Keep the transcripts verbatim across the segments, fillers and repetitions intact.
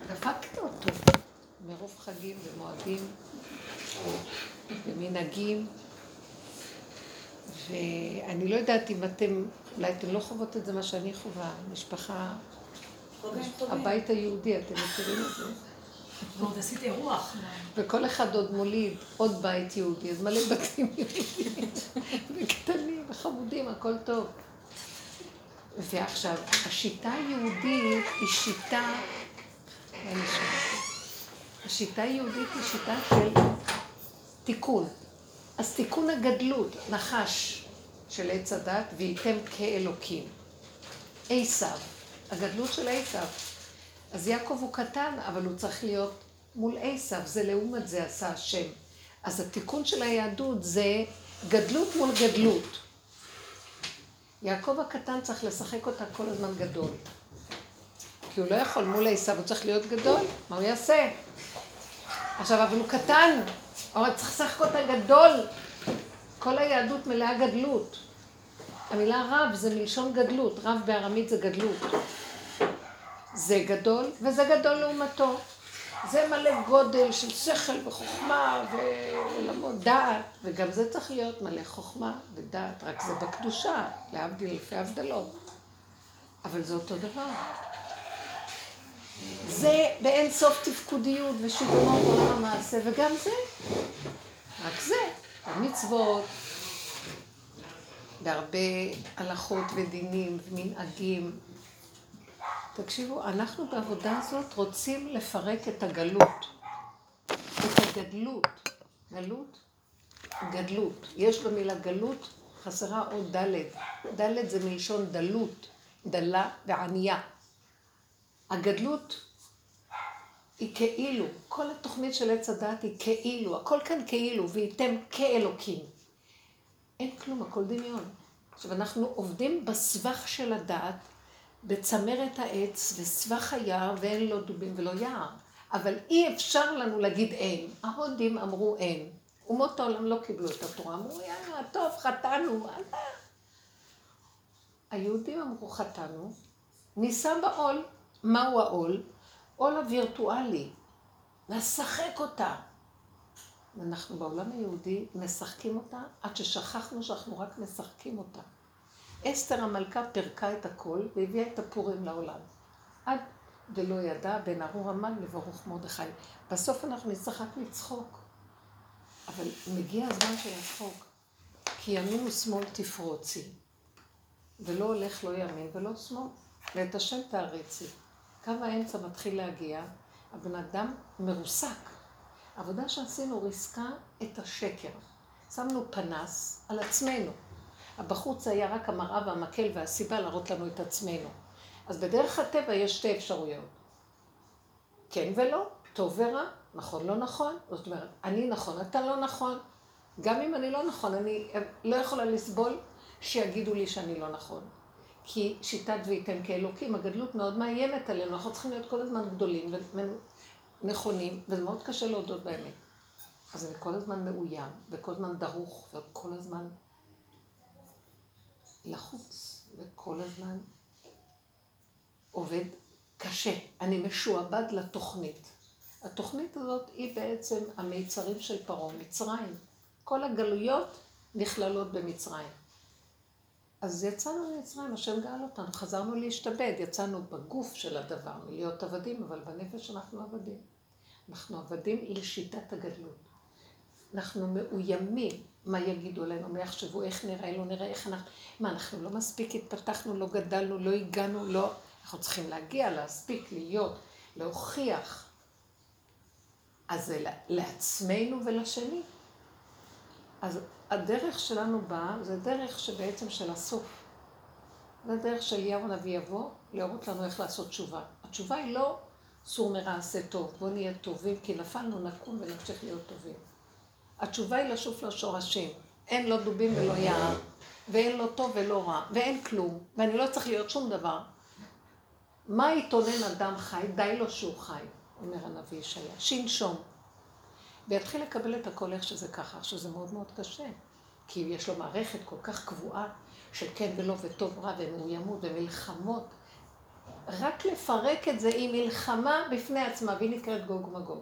דפקת אותו מרוב חגים ומועדים ומנהגים, ואני לא יודעת אם אתם, אולי אתם לא חוות את זה מה שאני חווה, משפחה, הבית היהודי, אתם מכירים את זה? ועוד עשית אירוח. וכל אחד עוד מוליד עוד בית יהודי, אז מלא בתים יהודיים, וקטנים וחמודים, הכל טוב. ועכשיו, השיטה היהודית היא שיטה, השיטה היהודית היא שיטה של תיקון. אז תיקון הגדלות, נחש של עץ הדת, וייתם כאלוקים. עשיו, הגדלות של עשיו. אז יעקב הוא קטן, אבל הוא צריך להיות מול עשיו, זה לעומת זה עשה השם. אז התיקון של היהדות זה גדלות מול גדלות. יעקב הקטן צריך לשחק אותה כל הזמן גדול. כי הוא לא יכול מול עשיו, הוא צריך להיות גדול, מה הוא יעשה? עכשיו, אבל הוא קטן, אבל צריך לשחק אותה גדול. כל היהדות מלאה גדלות. המילה רב זה מלשון גדלות, רב בארמית זה גדלות. זה גדול, וזה גדול לעומתו. זה מלא גודל של שכל וחוכמה ולמוד דעת, וגם זה צריך להיות מלא חוכמה ודעת, רק זה בקדושה, להבדיל לפי הבדלות. אבל זה אותו דבר. זה באין סוף תפקודיות ושיגעונות עולם המעשה, וגם זה, רק זה, המצוות, בהרבה הלכות ודינים ומנהגים. תקשיבו, אנחנו בעבודה הזאת רוצים לפרק את הגלות, את הגדלות. גלות? גדלות. יש במילה גלות, חסרה עוד דלת. דלת זה מלשון דלות, דלה וענייה. הגדלות היא כאילו, כל התוכנית של עץ הדת היא כאילו, הכל כאן כאילו, וייתם כאלוקים. אין כלום, הכל דמיון. עכשיו, אנחנו עובדים בסבך של הדת, בצמרת העץ וסבך היער, ואין לו דובים ולא יער. אבל אי אפשר לנו להגיד אין. ההודים אמרו אין. אומות העולם לא קיבלו את התורה, אמרו, יאללה, טוב, חטאנו. היהודים אמרו, חטאנו. ניסה בעול. מהו העול? עול הווירטואלי. לשחק אותה. ואנחנו בעולם היהודי משחקים אותה, עד ששכחנו שאנחנו רק משחקים אותה. אסתר המלכה פרקה את הכל והביאה את הפורים לעולם. עד דלא ידע בין ארור המן לברוך מרדכי. בסוף אנחנו נצטרך רק לצחוק. אבל מגיע הזמן של הצחוק. כי ימין ושמאל תפרוצי. ולא הולך לא ימין ולא שמאל. ואת השם תעריצי. קו האמצע מתחיל להגיע. הבן אדם מרוסק. העבודה שעשינו ריסקה את השקר. שמנו פנס על עצמנו. הבחוץ היה רק המראה והמקל והסיבה להראות לנו את עצמנו. אז בדרך הטבע יש שתי אפשרויות. כן ולא, טוב ורע, נכון לא נכון. זאת אומרת, אני נכון, אתה לא נכון. גם אם אני לא נכון, אני לא יכולה לסבול שיגידו לי שאני לא נכון. כי שיטת וייתם כאלוקים, הגדלות מאוד מאיימת עלינו. אנחנו צריכים להיות כל הזמן גדולים ונכונים, וזה מאוד קשה להודות באמת. אז אני כל הזמן מאוים, וכל הזמן דרוך, וכל הזמן לחוץ, וכל הזמן עובד קשה. אני משועבד לתוכנית. התוכנית הזאת היא בעצם המיצרים של פרעה, מצרים. כל הגלויות נכללות במצרים. אז יצאנו ממצרים, השם גאל אותנו, חזרנו להשתבד, יצאנו בגוף של הדבר, מלהיות עבדים, אבל בנפש אנחנו עבדים. אנחנו עבדים לשיטת הגדלות. אנחנו מאוימים, מה יגידו עלינו, מה יחשבו, איך נראה, לא נראה, איך אנחנו... מה, אנחנו לא מספיק התפתחנו, לא גדלנו, לא הגענו, לא... אנחנו צריכים להגיע, להספיק, להיות, להוכיח. אז זה לעצמנו ולשני. אז הדרך שלנו באה, זה דרך שבעצם של הסוף. זה דרך של אליהו הנביא יבוא, להראות לנו איך לעשות תשובה. התשובה היא לא סור מרע עשה טוב, בוא נהיה טובים, כי נפלנו, נקום ונמשיך להיות טובים. התשובה היא לשוף לשורשים. אין לו דובים ולא יער, ואין לו טוב ולא רע, ואין כלום, ואני לא צריך להיות שום דבר. מה יתונן אדם חי? די לו שהוא חי, אומר הנביא ישעיה. שינשום. ויתחיל לקבל את הכל איך שזה ככה, שזה מאוד מאוד קשה. כי יש לו מערכת כל כך קבועה של כן ולא וטוב רע ומאוימות ומלחמות. רק לפרק את זה היא מלחמה בפני עצמה, והיא נקראת גוג ומגוג.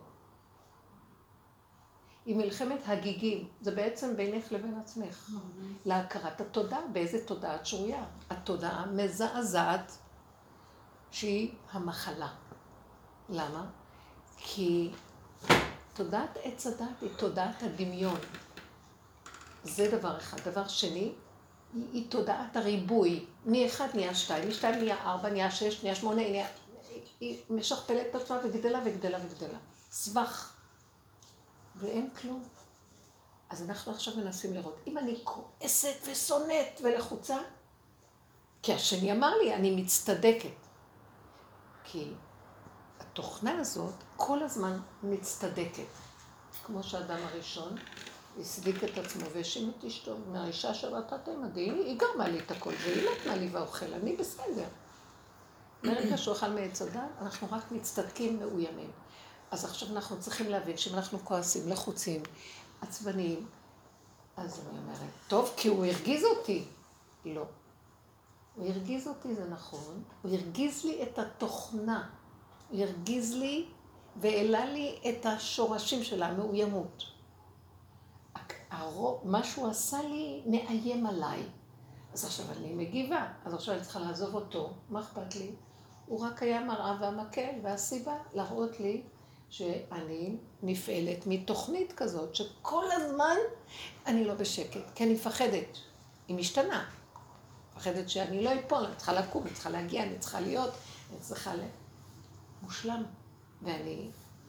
היא מלחמת הגיגים, זה בעצם בינך לבין עצמך. להכרת התודעה, באיזה תודעה את שרויה. התודעה מזעזעת שהיא המחלה. למה? כי תודעת עץ הדת היא תודעת הדמיון. זה דבר אחד. דבר שני, היא, היא תודעת הריבוי. מאחד נהיה שתיים, משתיים נהיה ארבע, נהיה שש, נהיה שמונה, נהיה... היא משכפלת את עצמה וגדלה וגדלה וגדלה. סבך. ואין כלום. אז אנחנו עכשיו מנסים לראות. אם אני כועסת ושונאת ולחוצה, כי השני אמר לי, אני מצטדקת. כי התוכנה הזאת כל הזמן מצטדקת. כמו שהאדם הראשון הסדיק את עצמו והאשים את אשתו. מהאישה שראתה עמדי, היא גרמה לי את הכל, והיא נתנה לי והאוכל, אני בסדר. ברגע שהוא אכל מעץ הדת, אנחנו רק מצטדקים מאוימים. אז עכשיו אנחנו צריכים להבין שאם אנחנו כועסים, לחוצים, עצבניים, אז אני אומרת, טוב, כי הוא הרגיז אותי. לא. הוא הרגיז אותי, זה נכון. הוא הרגיז לי את התוכנה. הוא הרגיז לי והעלה לי את השורשים שלה, המאוימות. מה שהוא עשה לי מאיים עליי. אז עכשיו אני מגיבה, אז עכשיו אני צריכה לעזוב אותו. מה אכפת לי? הוא רק היה מראה והמקל, והסיבה להראות לי שאני נפעלת מתוכנית כזאת, שכל הזמן אני לא בשקט, כי אני מפחדת. היא משתנה. מפחדת שאני לא אפול, אני צריכה לקום, אני צריכה להגיע, אני צריכה להיות, אני צריכה מושלם. ואני...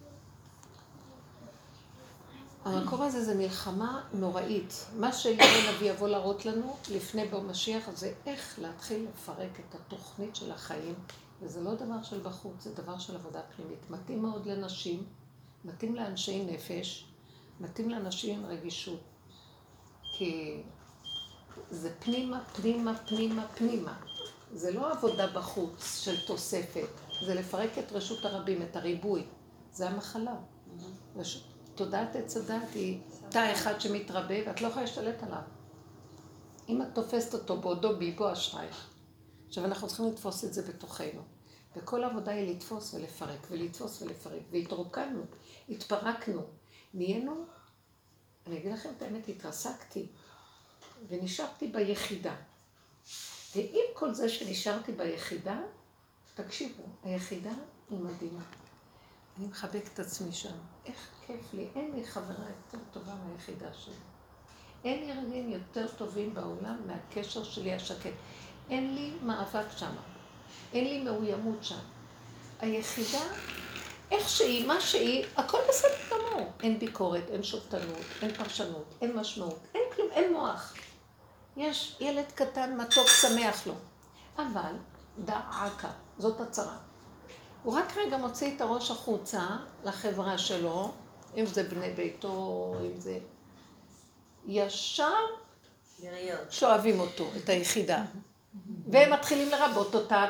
המקום הזה זה מלחמה נוראית. מה שיהיה נביא יבוא להראות לנו לפני בו משיח, זה איך להתחיל לפרק את התוכנית של החיים. וזה לא דבר של בחוץ, זה דבר של עבודה פנימית. מתאים מאוד לנשים, מתאים לאנשי נפש, מתאים לאנשים עם רגישות. כי זה פנימה, פנימה, פנימה, פנימה. זה לא עבודה בחוץ של תוספת, זה לפרק את רשות הרבים, את הריבוי. זה המחלה. רשות. תודעת עץ הדת היא תא אחד שמתרבה, ואת לא יכולה להשתלט עליו. אם את תופסת אותו בעודו ביבו אשרייך. עכשיו אנחנו צריכים לתפוס את זה בתוכנו. וכל העבודה היא לתפוס ולפרק, ולתפוס ולפרק. והתרוקנו, התפרקנו, נהיינו, אני אגיד לכם את האמת, התרסקתי, ונשארתי ביחידה. ועם כל זה שנשארתי ביחידה, תקשיבו, היחידה היא מדהימה. אני מחבק את עצמי שם. איך כיף לי, אין לי חברה יותר טובה מהיחידה שלי. אין לי רגעים יותר טובים בעולם מהקשר שלי השקט. אין לי מאבק שם. אין לי מאוימות שם. היחידה, איך שהיא, מה שהיא, הכל בסדר גמור. אין ביקורת, אין שופטנות, אין פרשנות, אין משמעות, אין כלום, אין מוח. יש ילד קטן, מתוק, שמח לו. אבל דעקה, זאת הצרה. הוא רק רגע מוציא את הראש החוצה לחברה שלו, אם זה בני ביתו, אם זה... ישר שואבים אותו, את היחידה. והם מתחילים לרבות אותה.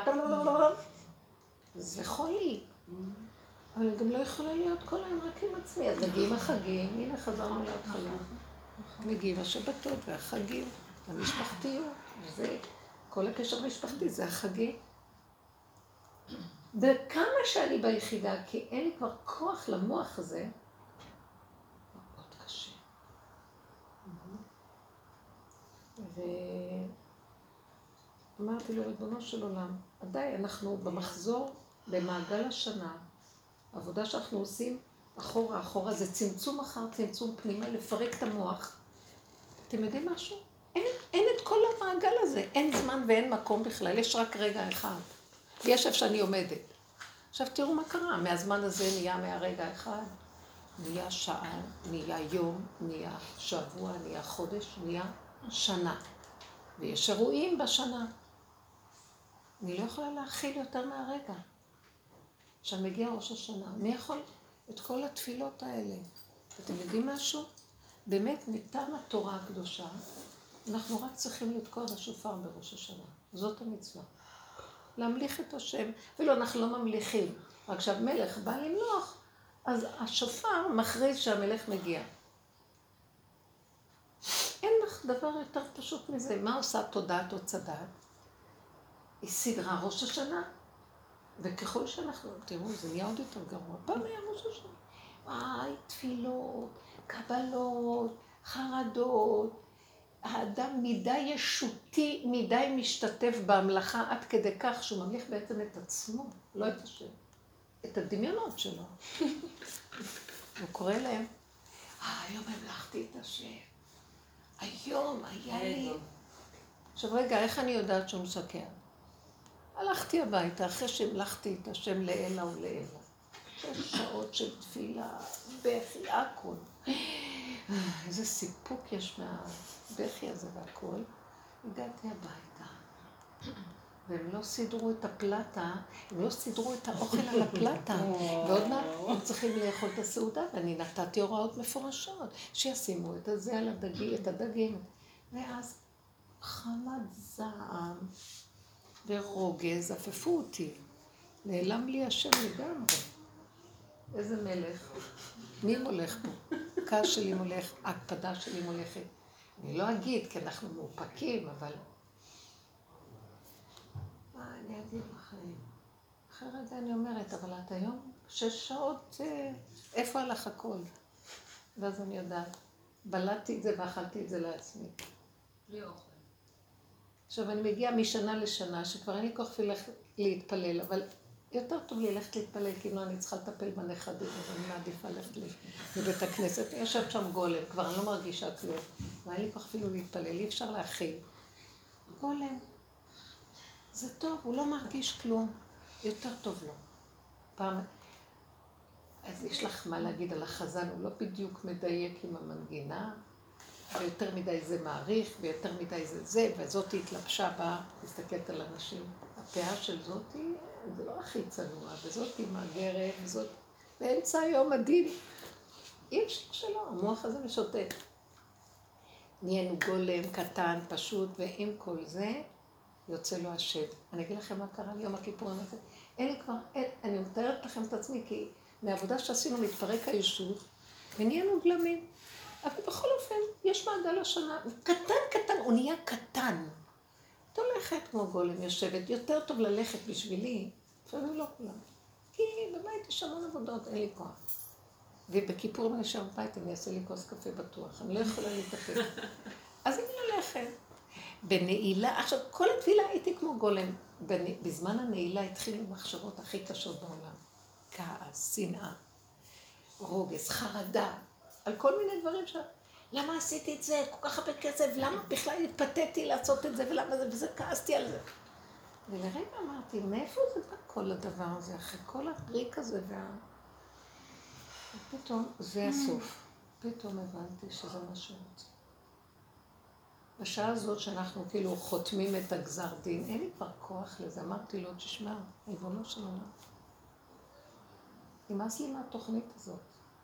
זה חולי. אבל אני גם לא יכולה להיות כל היום רק עם עצמי. אז מגיעים החגים, הנה חזרנו להתחלה. מגיעים השבתות והחגים, המשפחתיות. וזה, כל הקשר המשפחתי זה החגים. וכמה שאני ביחידה, כי אין לי כבר כוח למוח הזה, מאוד קשה. ואמרתי לו, ריבונו של עולם, עדיין אנחנו במחזור, במעגל השנה, העבודה שאנחנו עושים אחורה, אחורה, זה צמצום אחר צמצום פנימה, לפרק את המוח. אתם יודעים משהו? אין, אין את כל המעגל הזה, אין זמן ואין מקום בכלל, יש רק רגע אחד. יש איפה שאני עומדת. עכשיו תראו מה קרה, מהזמן הזה נהיה מהרגע אחד, נהיה שעה, נהיה יום, נהיה שבוע, נהיה חודש, נהיה שנה. ויש אירועים בשנה. אני לא יכולה להכיל יותר מהרגע. עכשיו מגיע ראש השנה, מי יכול את כל התפילות האלה? אתם יודעים משהו? באמת, מטעם התורה הקדושה, אנחנו רק צריכים לתקוע בשופר בראש השנה. זאת המצווה. להמליך את השם, אפילו אנחנו לא ממליכים. רק כשהמלך בא למלוך, אז השופר מכריז שהמלך מגיע. אין לך דבר יותר פשוט מזה. מה עושה תודעת או צדת? היא סדרה ראש השנה. וככל שאנחנו, תראו, זה נהיה עוד יותר גרוע. פעם היה ראש השנה. וואי, תפילות, קבלות, חרדות. האדם מדי ישותי, מדי משתתף בהמלכה עד כדי כך שהוא ממליך בעצם את עצמו, לא את השם, את הדמיונות שלו. הוא קורא להם, אה, היום המלכתי את השם. היום היה לי... עכשיו רגע, איך אני יודעת שהוא משקר? הלכתי הביתה אחרי שהמלכתי את השם לאלה ולאלה. שש שעות של תפילה, בכי, הכל. איזה סיפוק יש מהבכי הזה והכל. הגעתי הביתה, והם לא סידרו את הפלטה, הם לא סידרו את האוכל על הפלטה, ועוד מעט הם צריכים לאכול את הסעודה, ואני נתתי הוראות מפורשות, שישימו את הזה על הדגים, את הדגים. ואז חמת זעם ורוגז, עפפו אותי. נעלם לי השם לגמרי. איזה מלך. מי מולך פה? כעס שלי מולך, הקפדה שלי מולכת. אני לא אגיד, כי אנחנו מאופקים, אבל... מה, אני אגיד לכם. אחרי רגע אני אומרת, אבל את היום שש שעות, איפה הלך הכל? ואז אני יודעת, בלעתי את זה ואכלתי את זה לעצמי. בלי אוכל. עכשיו, אני מגיעה משנה לשנה, שכבר אין לי כוח אפילו להתפלל, אבל יותר טוב לי ללכת להתפלל, כי לא, אני צריכה לטפל בנכדים, אז אני מעדיפה ללכת לבית הכנסת. יושב שם גולם, כבר אני לא מרגישה כלום. ואין לי כוח אפילו להתפלל, אי אפשר להכיל. גולם, זה טוב, הוא לא מרגיש כלום, יותר טוב לו. פעם, אז יש לך מה להגיד על החזן, הוא לא בדיוק מדייק עם המנגינה, ויותר מדי זה מעריך, ויותר מדי זה זה, וזאתי התלבשה בה, מסתכלת על אנשים. הפאה של זאתי, זה לא הכי צנוע, וזאתי מהגרת, וזאת באמצע היום הדין. אי אפשר שלא, המוח הזה משוטט. נהיינו גולם קטן, פשוט, ועם כל זה יוצא לו השד. אני אגיד לכם מה קרה לי יום הכיפורים הזה. אין לי כבר, אין, אני מתארת לכם את עצמי, כי מהעבודה שעשינו מתפרק היישוב, ונהיינו גלמים. אבל בכל אופן, יש מעגל השנה, קטן קטן, הוא נהיה קטן. את הולכת כמו גולם, יושבת, יותר טוב ללכת בשבילי, לפעמים לא כולם. כי בבית יש המון עבודות, אין לי כוח. ובכיפורים אני אשאר בבית, אני אעשה לי כוס קפה בטוח, אני לא יכולה להתאפק. אז אני ללכת. בנעילה, עכשיו, כל התפילה הייתי כמו גולם. בזמן הנעילה התחילו מחשבות הכי קשות בעולם. כעס, שנאה, רוגז, חרדה. על כל מיני דברים ש... למה עשיתי את זה? כל כך הרבה כסף, למה בכלל התפתיתי לעשות את זה, ולמה זה, וזה כעסתי על זה. ולרגע אמרתי, מאיפה זה בא כל הדבר הזה, אחרי כל הבריק הזה, וה... ופתאום, זה הסוף. פתאום הבנתי שזה מה שהוא רוצה. בשעה הזאת שאנחנו כאילו חותמים את הגזר דין, אין לי כבר כוח לזה, אמרתי לו, תשמע, ריבונו של עולם. נמאס לי מהתוכנית הזאת.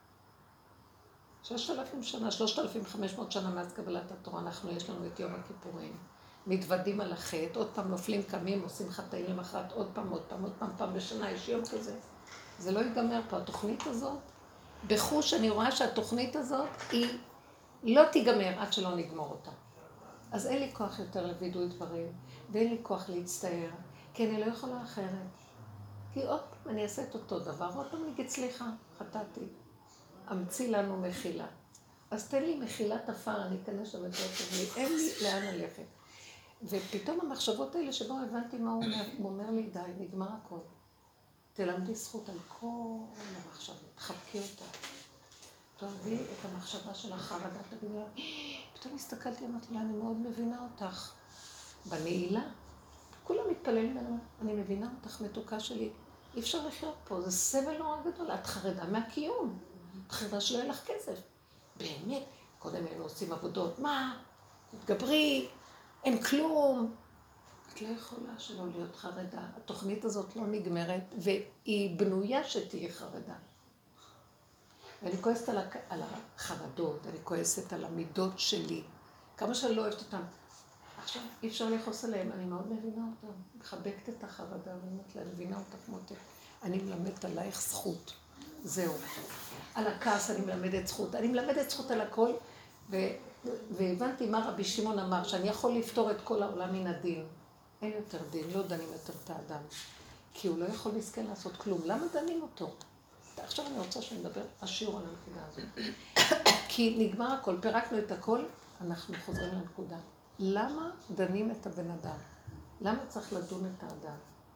ששת אלפים שנה, שלושת אלפים וחמש מאות שנה מאז קבלת התורה, אנחנו יש לנו את יום הכיפורים. מתוודים על החטא, עוד פעם נופלים, קמים, עושים חטאים למחרת, עוד פעם, עוד פעם, עוד פעם, פעם בשנה, יש יום כזה. זה לא ייגמר פה, התוכנית הזאת. בחוש אני רואה שהתוכנית הזאת היא לא תיגמר עד שלא נגמור אותה. אז אין לי כוח יותר לוידוי דברים, ואין לי כוח להצטער, כי אני לא יכולה אחרת. כי עוד פעם אני אעשה את אותו דבר, עוד פעם אני אגיד סליחה, חטאתי. אמציא לנו מחילה. אז תן לי מחילת אפר, אני אכנס שם את זה טוב לי, אין לי לאן ללכת. ופתאום המחשבות האלה שבו הבנתי מה הוא אומר, הוא אומר לי, די, נגמר הכל. תלמדי זכות על כל המחשבות, תחבקי אותה. תאהבי את המחשבה של החרדת הבניין. פתאום הסתכלתי, אמרתי לה, אני מאוד מבינה אותך. בנעילה, כולם מתפללים ממנו, אני מבינה אותך, מתוקה שלי. אי אפשר לחיות פה, זה סבל נורא גדול, את חרדה מהקיום. את חרדה שלא יהיה לך כסף. באמת, קודם היינו עושים עבודות, מה? תתגברי, אין כלום. את לא יכולה שלא להיות חרדה. התוכנית הזאת לא נגמרת, והיא בנויה שתהיה חרדה. ואני כועסת על החרדות, אני כועסת על המידות שלי. כמה שאני לא אוהבת אותן. עכשיו, אי אפשר לחוס עליהם, אני מאוד מבינה אותם. מחבקת את החרדה, ואני אומרת לה, אני מבינה אותך מותק. אני מלמדת עלייך זכות. זהו. על הכעס אני מלמדת זכות. אני מלמדת זכות על הכל, ו... והבנתי מה רבי שמעון אמר, שאני יכול לפתור את כל העולם מן הדין. אין יותר דין, לא דנים יותר את האדם. כי הוא לא יכול מסכן לעשות כלום. למה דנים אותו? עכשיו אני רוצה שנדבר השיעור על הנקודה הזאת. כי נגמר הכל, פירקנו את הכל, אנחנו חוזרים לנקודה. למה דנים את הבן אדם? למה צריך לדון את האדם?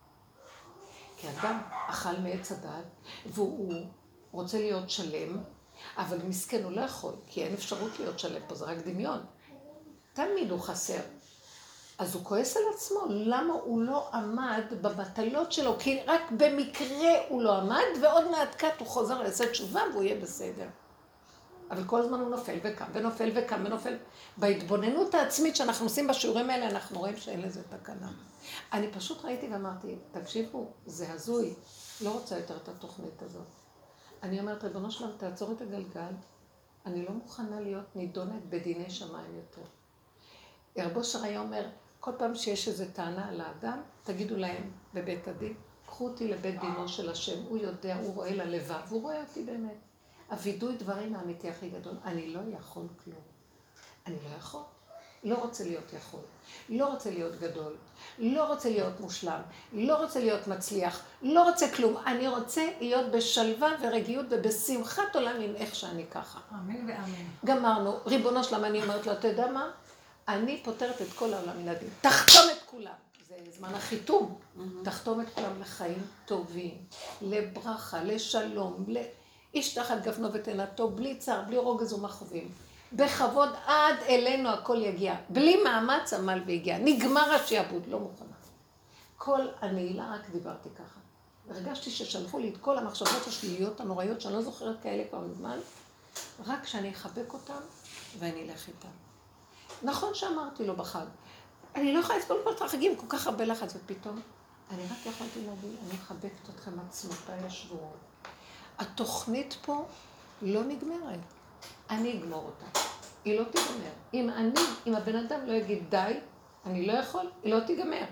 כי האדם אכל מעץ הדעת, והוא רוצה להיות שלם, אבל מסכן הוא לא יכול, כי אין אפשרות להיות שלם פה, זה רק דמיון. תמיד הוא חסר. אז הוא כועס על עצמו, למה הוא לא עמד במטלות שלו? כי רק במקרה הוא לא עמד, ועוד מעט קט הוא חוזר לעשות תשובה והוא יהיה בסדר. אבל כל הזמן הוא נופל וקם ונופל וקם ונופל. בהתבוננות העצמית שאנחנו עושים בשיעורים האלה, אנחנו רואים שאין לזה תקנה. אני פשוט ראיתי ואמרתי, תקשיבו, זה הזוי, לא רוצה יותר את התוכנית הזאת. אני אומרת, ריבונו שלם, תעצור את הגלגל, אני לא מוכנה להיות נידונת בדיני שמיים יותר. רב אושר היה אומר, כל פעם שיש איזו טענה על האדם, תגידו להם בבית הדין, קחו אותי לבית דינו של השם, הוא יודע, הוא רואה ללבב, הוא רואה אותי באמת. הווידוי דברים האמיתי הכי גדול, אני לא יכול כלום. אני לא יכול. לא רוצה להיות יכול. לא רוצה להיות גדול. לא רוצה להיות מושלם. לא רוצה להיות מצליח. לא רוצה כלום. אני רוצה להיות בשלווה ורגיעות ובשמחת עולם עם איך שאני ככה. אמן ואמן. גמרנו. ריבונו שלמה, אני אומרת לו, אתה יודע מה? אני פותרת את כל העולם מן הדין. תחתום את כולם. זה זמן החיתום. תחתום את כולם לחיים טובים, לברכה, לשלום, ל... איש תחת גפנו ותנתו, בלי צער, בלי רוגז ומכאובים. בכבוד עד אלינו הכל יגיע. בלי מאמץ עמל והגיע. נגמר השעבוד, לא מוכנה. כל הנעילה רק דיברתי ככה. הרגשתי ששלחו לי את כל המחשבות השליליות הנוראיות, שאני לא זוכרת כאלה כבר מזמן, רק שאני אחבק אותם ואני אלך איתם. נכון שאמרתי לו בחג, אני לא יכולה לסבול כל החגים, כל כך הרבה לחץ, ופתאום אני רק יכולתי להגיד, אני מחבקת אתכם עצמותיי השבועות. התוכנית פה לא נגמרת. אני אגמור אותה. היא לא תיגמר. אם אני, אם הבן אדם לא יגיד די, אני לא יכול, היא לא תיגמר.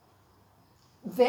וכל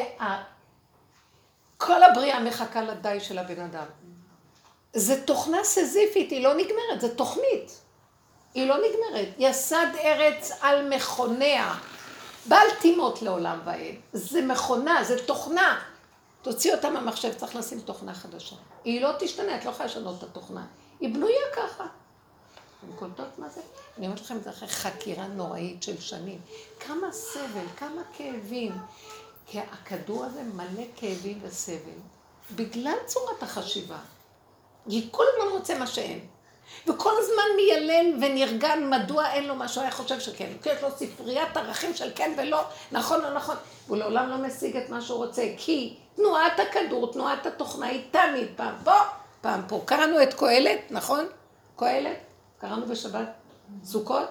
הבריאה מחכה לדי של הבן אדם. זה תוכנה סזיפית, היא לא נגמרת, זה תוכנית. היא לא נגמרת. יסד ארץ על מכוניה. בעל תימות לעולם ועד. זה מכונה, זה תוכנה. תוציא אותה מהמחשב, צריך לשים תוכנה חדשה. היא לא תשתנה, את לא יכולה לשנות את התוכנה. היא בנויה ככה. אתם קולטות מה זה? אני אומרת לכם, זה אחרי חקירה נוראית של שנים. כמה סבל, כמה כאבים. כי הכדור הזה מלא כאבים וסבל. בגלל צורת החשיבה. היא כל הזמן רוצה מה שאין. וכל הזמן מיילל ונרגן מדוע אין לו מה שהוא היה חושב שכן. כי יש לו ספריית ערכים של כן ולא, נכון או נכון. הוא לעולם לא משיג את מה שהוא רוצה. כי תנועת הכדור, תנועת התוכנה היא תמיד פעם פה, פעם פה. קראנו את קהלת, נכון? קהלת? קראנו בשבת סוכות?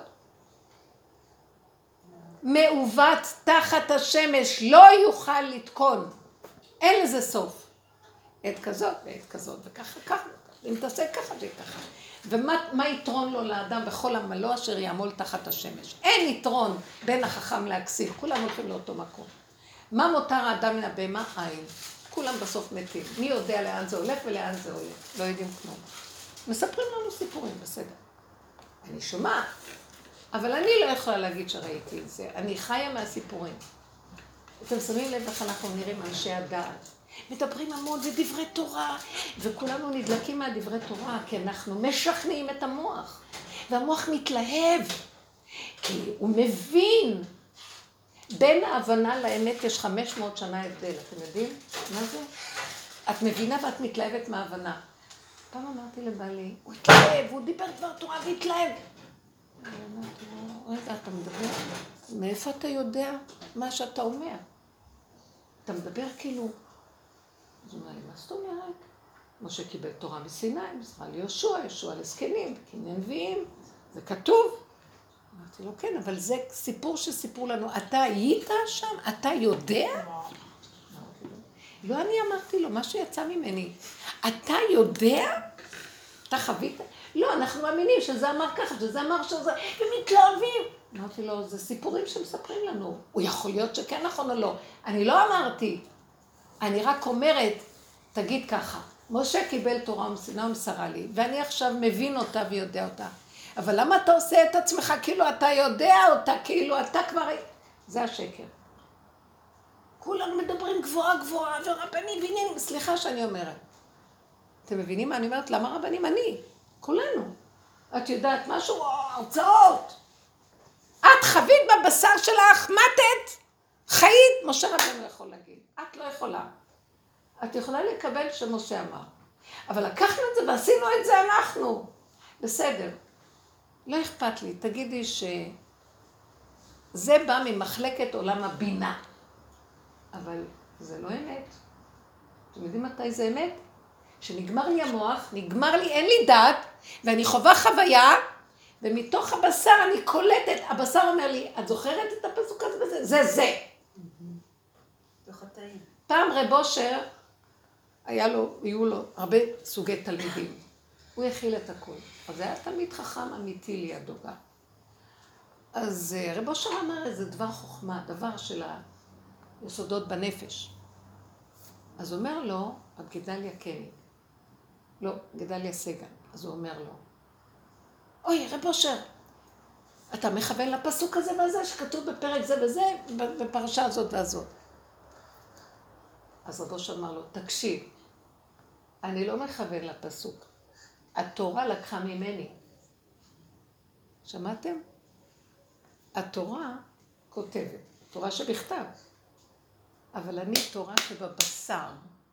מעוות תחת השמש לא יוכל לתקון. אין לזה סוף. עת כזאת ועת כזאת וככה ככה. אם תעשה ככה זה ככה. ומה יתרון לו לאדם בכל עמלו אשר יעמול תחת השמש? אין יתרון בין החכם להכסיל. כולם הולכים לאותו מקום. מה מותר האדם מן הבהמה? אין. כולם בסוף מתים. מי יודע לאן זה הולך ולאן זה הולך? לא יודעים כלום. מספרים לנו סיפורים, בסדר. אני שומעת, אבל אני לא יכולה להגיד שראיתי את זה. אני חיה מהסיפורים. אתם שמים לב איך אנחנו נראים אנשי הדעת. מדברים המון בדברי תורה, וכולנו נדלקים מהדברי תורה, כי אנחנו משכנעים את המוח. והמוח מתלהב, כי הוא מבין. בין ההבנה לאמת יש חמש מאות שנה הבדל, אתם יודעים? מה זה? את מבינה ואת מתלהבת מההבנה. פעם אמרתי לבעלי, הוא התלהב, הוא דיבר דבר תורה והתלהב. אני אמרתי לו, רגע, אתה מדבר, מאיפה אתה יודע מה שאתה אומר? אתה מדבר כאילו, אז הוא אומר לי, מה זאת אומרת? משה קיבל תורה מסיני, מסרה ליהושע, יהושע לזקנים, קני נביאים, זה כתוב. אמרתי לו, כן, אבל זה סיפור שסיפרו לנו, אתה היית שם? אתה יודע? לא, אני אמרתי לו, מה שיצא ממני, אתה יודע? אתה חווית? לא, אנחנו מאמינים שזה אמר ככה, שזה אמר שזה, ומתלהבים. אמרתי לו, זה סיפורים שמספרים לנו. הוא יכול להיות שכן נכון או לא. אני לא אמרתי. אני רק אומרת, תגיד ככה, משה קיבל תורה ומסיני ומסרה לי, ואני עכשיו מבין אותה ויודע אותה. אבל למה אתה עושה את עצמך כאילו אתה יודע אותה, כאילו אתה כבר... זה השקר. כולם מדברים גבוהה גבוהה, ורבנים, והנה, סליחה שאני אומרת. אתם מבינים מה אני אומרת? למה רבנים? אני. כולנו. את יודעת משהו? הרצאות. את חווית בבשר שלך, מתת, חיית, משה רבנו יכול להגיד. את לא יכולה. את יכולה לקבל שמשה אמר. אבל לקחנו את זה ועשינו את זה אנחנו. בסדר. לא אכפת לי. תגידי שזה בא ממחלקת עולם הבינה. אבל זה לא אמת. אתם יודעים מתי זה אמת? שנגמר לי המוח, נגמר לי, אין לי דעת, ואני חווה חוויה, ומתוך הבשר אני קולטת, הבשר אומר לי, את זוכרת את הפסוק הזה וזה? זה זה. פעם רב אושר, היה לו, היו לו הרבה סוגי תלמידים. הוא הכיל את הכל. אז זה היה תלמיד חכם אמיתי לידו גם. אז רב אושר אמר איזה דבר חוכמה, דבר של היסודות בנפש. אז הוא אומר לו, את גדליה קניג. לא, גדליה סגן. אז הוא אומר לו, אוי, רב אושר, אתה מכוון לפסוק הזה והזה שכתוב בפרק זה וזה, בפרשה הזאת והזאת. אז רב אושר אמר לו, תקשיב, אני לא מכוון לפסוק. התורה לקחה ממני. שמעתם? התורה כותבת, תורה שבכתב. אבל אני תורה שבבשר.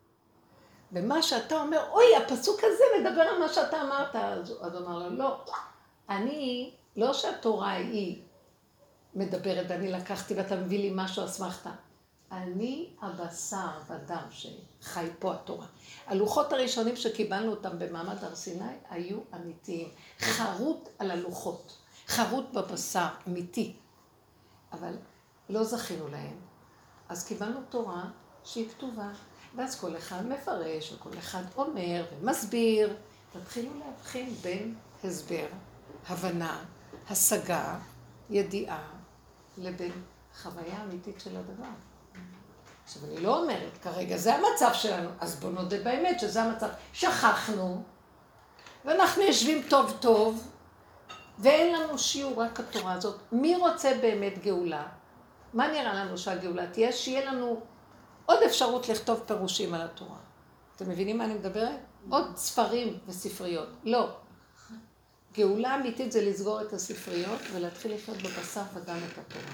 ומה שאתה אומר, אוי, הפסוק הזה מדבר על מה שאתה אמרת. אז הוא אמר לו, לא. אני, לא שהתורה היא מדברת, ואני לקחתי ואתה מביא לי משהו אסמכת. אני הבשר ודם שחי פה התורה. הלוחות הראשונים שקיבלנו אותם במעמד הר סיני היו אמיתיים. חרוט על הלוחות, חרוט בבשר, אמיתי. אבל לא זכינו להם. אז קיבלנו תורה שהיא כתובה, ואז כל אחד מפרש, וכל אחד אומר ומסביר. תתחילו להבחין בין הסבר, הבנה, השגה, ידיעה, לבין חוויה אמיתית של הדבר. עכשיו, אני לא אומרת, כרגע זה המצב שלנו, אז בוא נודה באמת שזה המצב. שכחנו, ואנחנו יושבים טוב טוב, ואין לנו שיעור רק התורה הזאת. מי רוצה באמת גאולה? מה נראה לנו שהגאולה תהיה? שיהיה לנו עוד אפשרות לכתוב פירושים על התורה. אתם מבינים מה אני מדברת? עוד ספרים וספריות. לא. גאולה אמיתית זה לסגור את הספריות ולהתחיל לחיות בבשר וגם את התורה.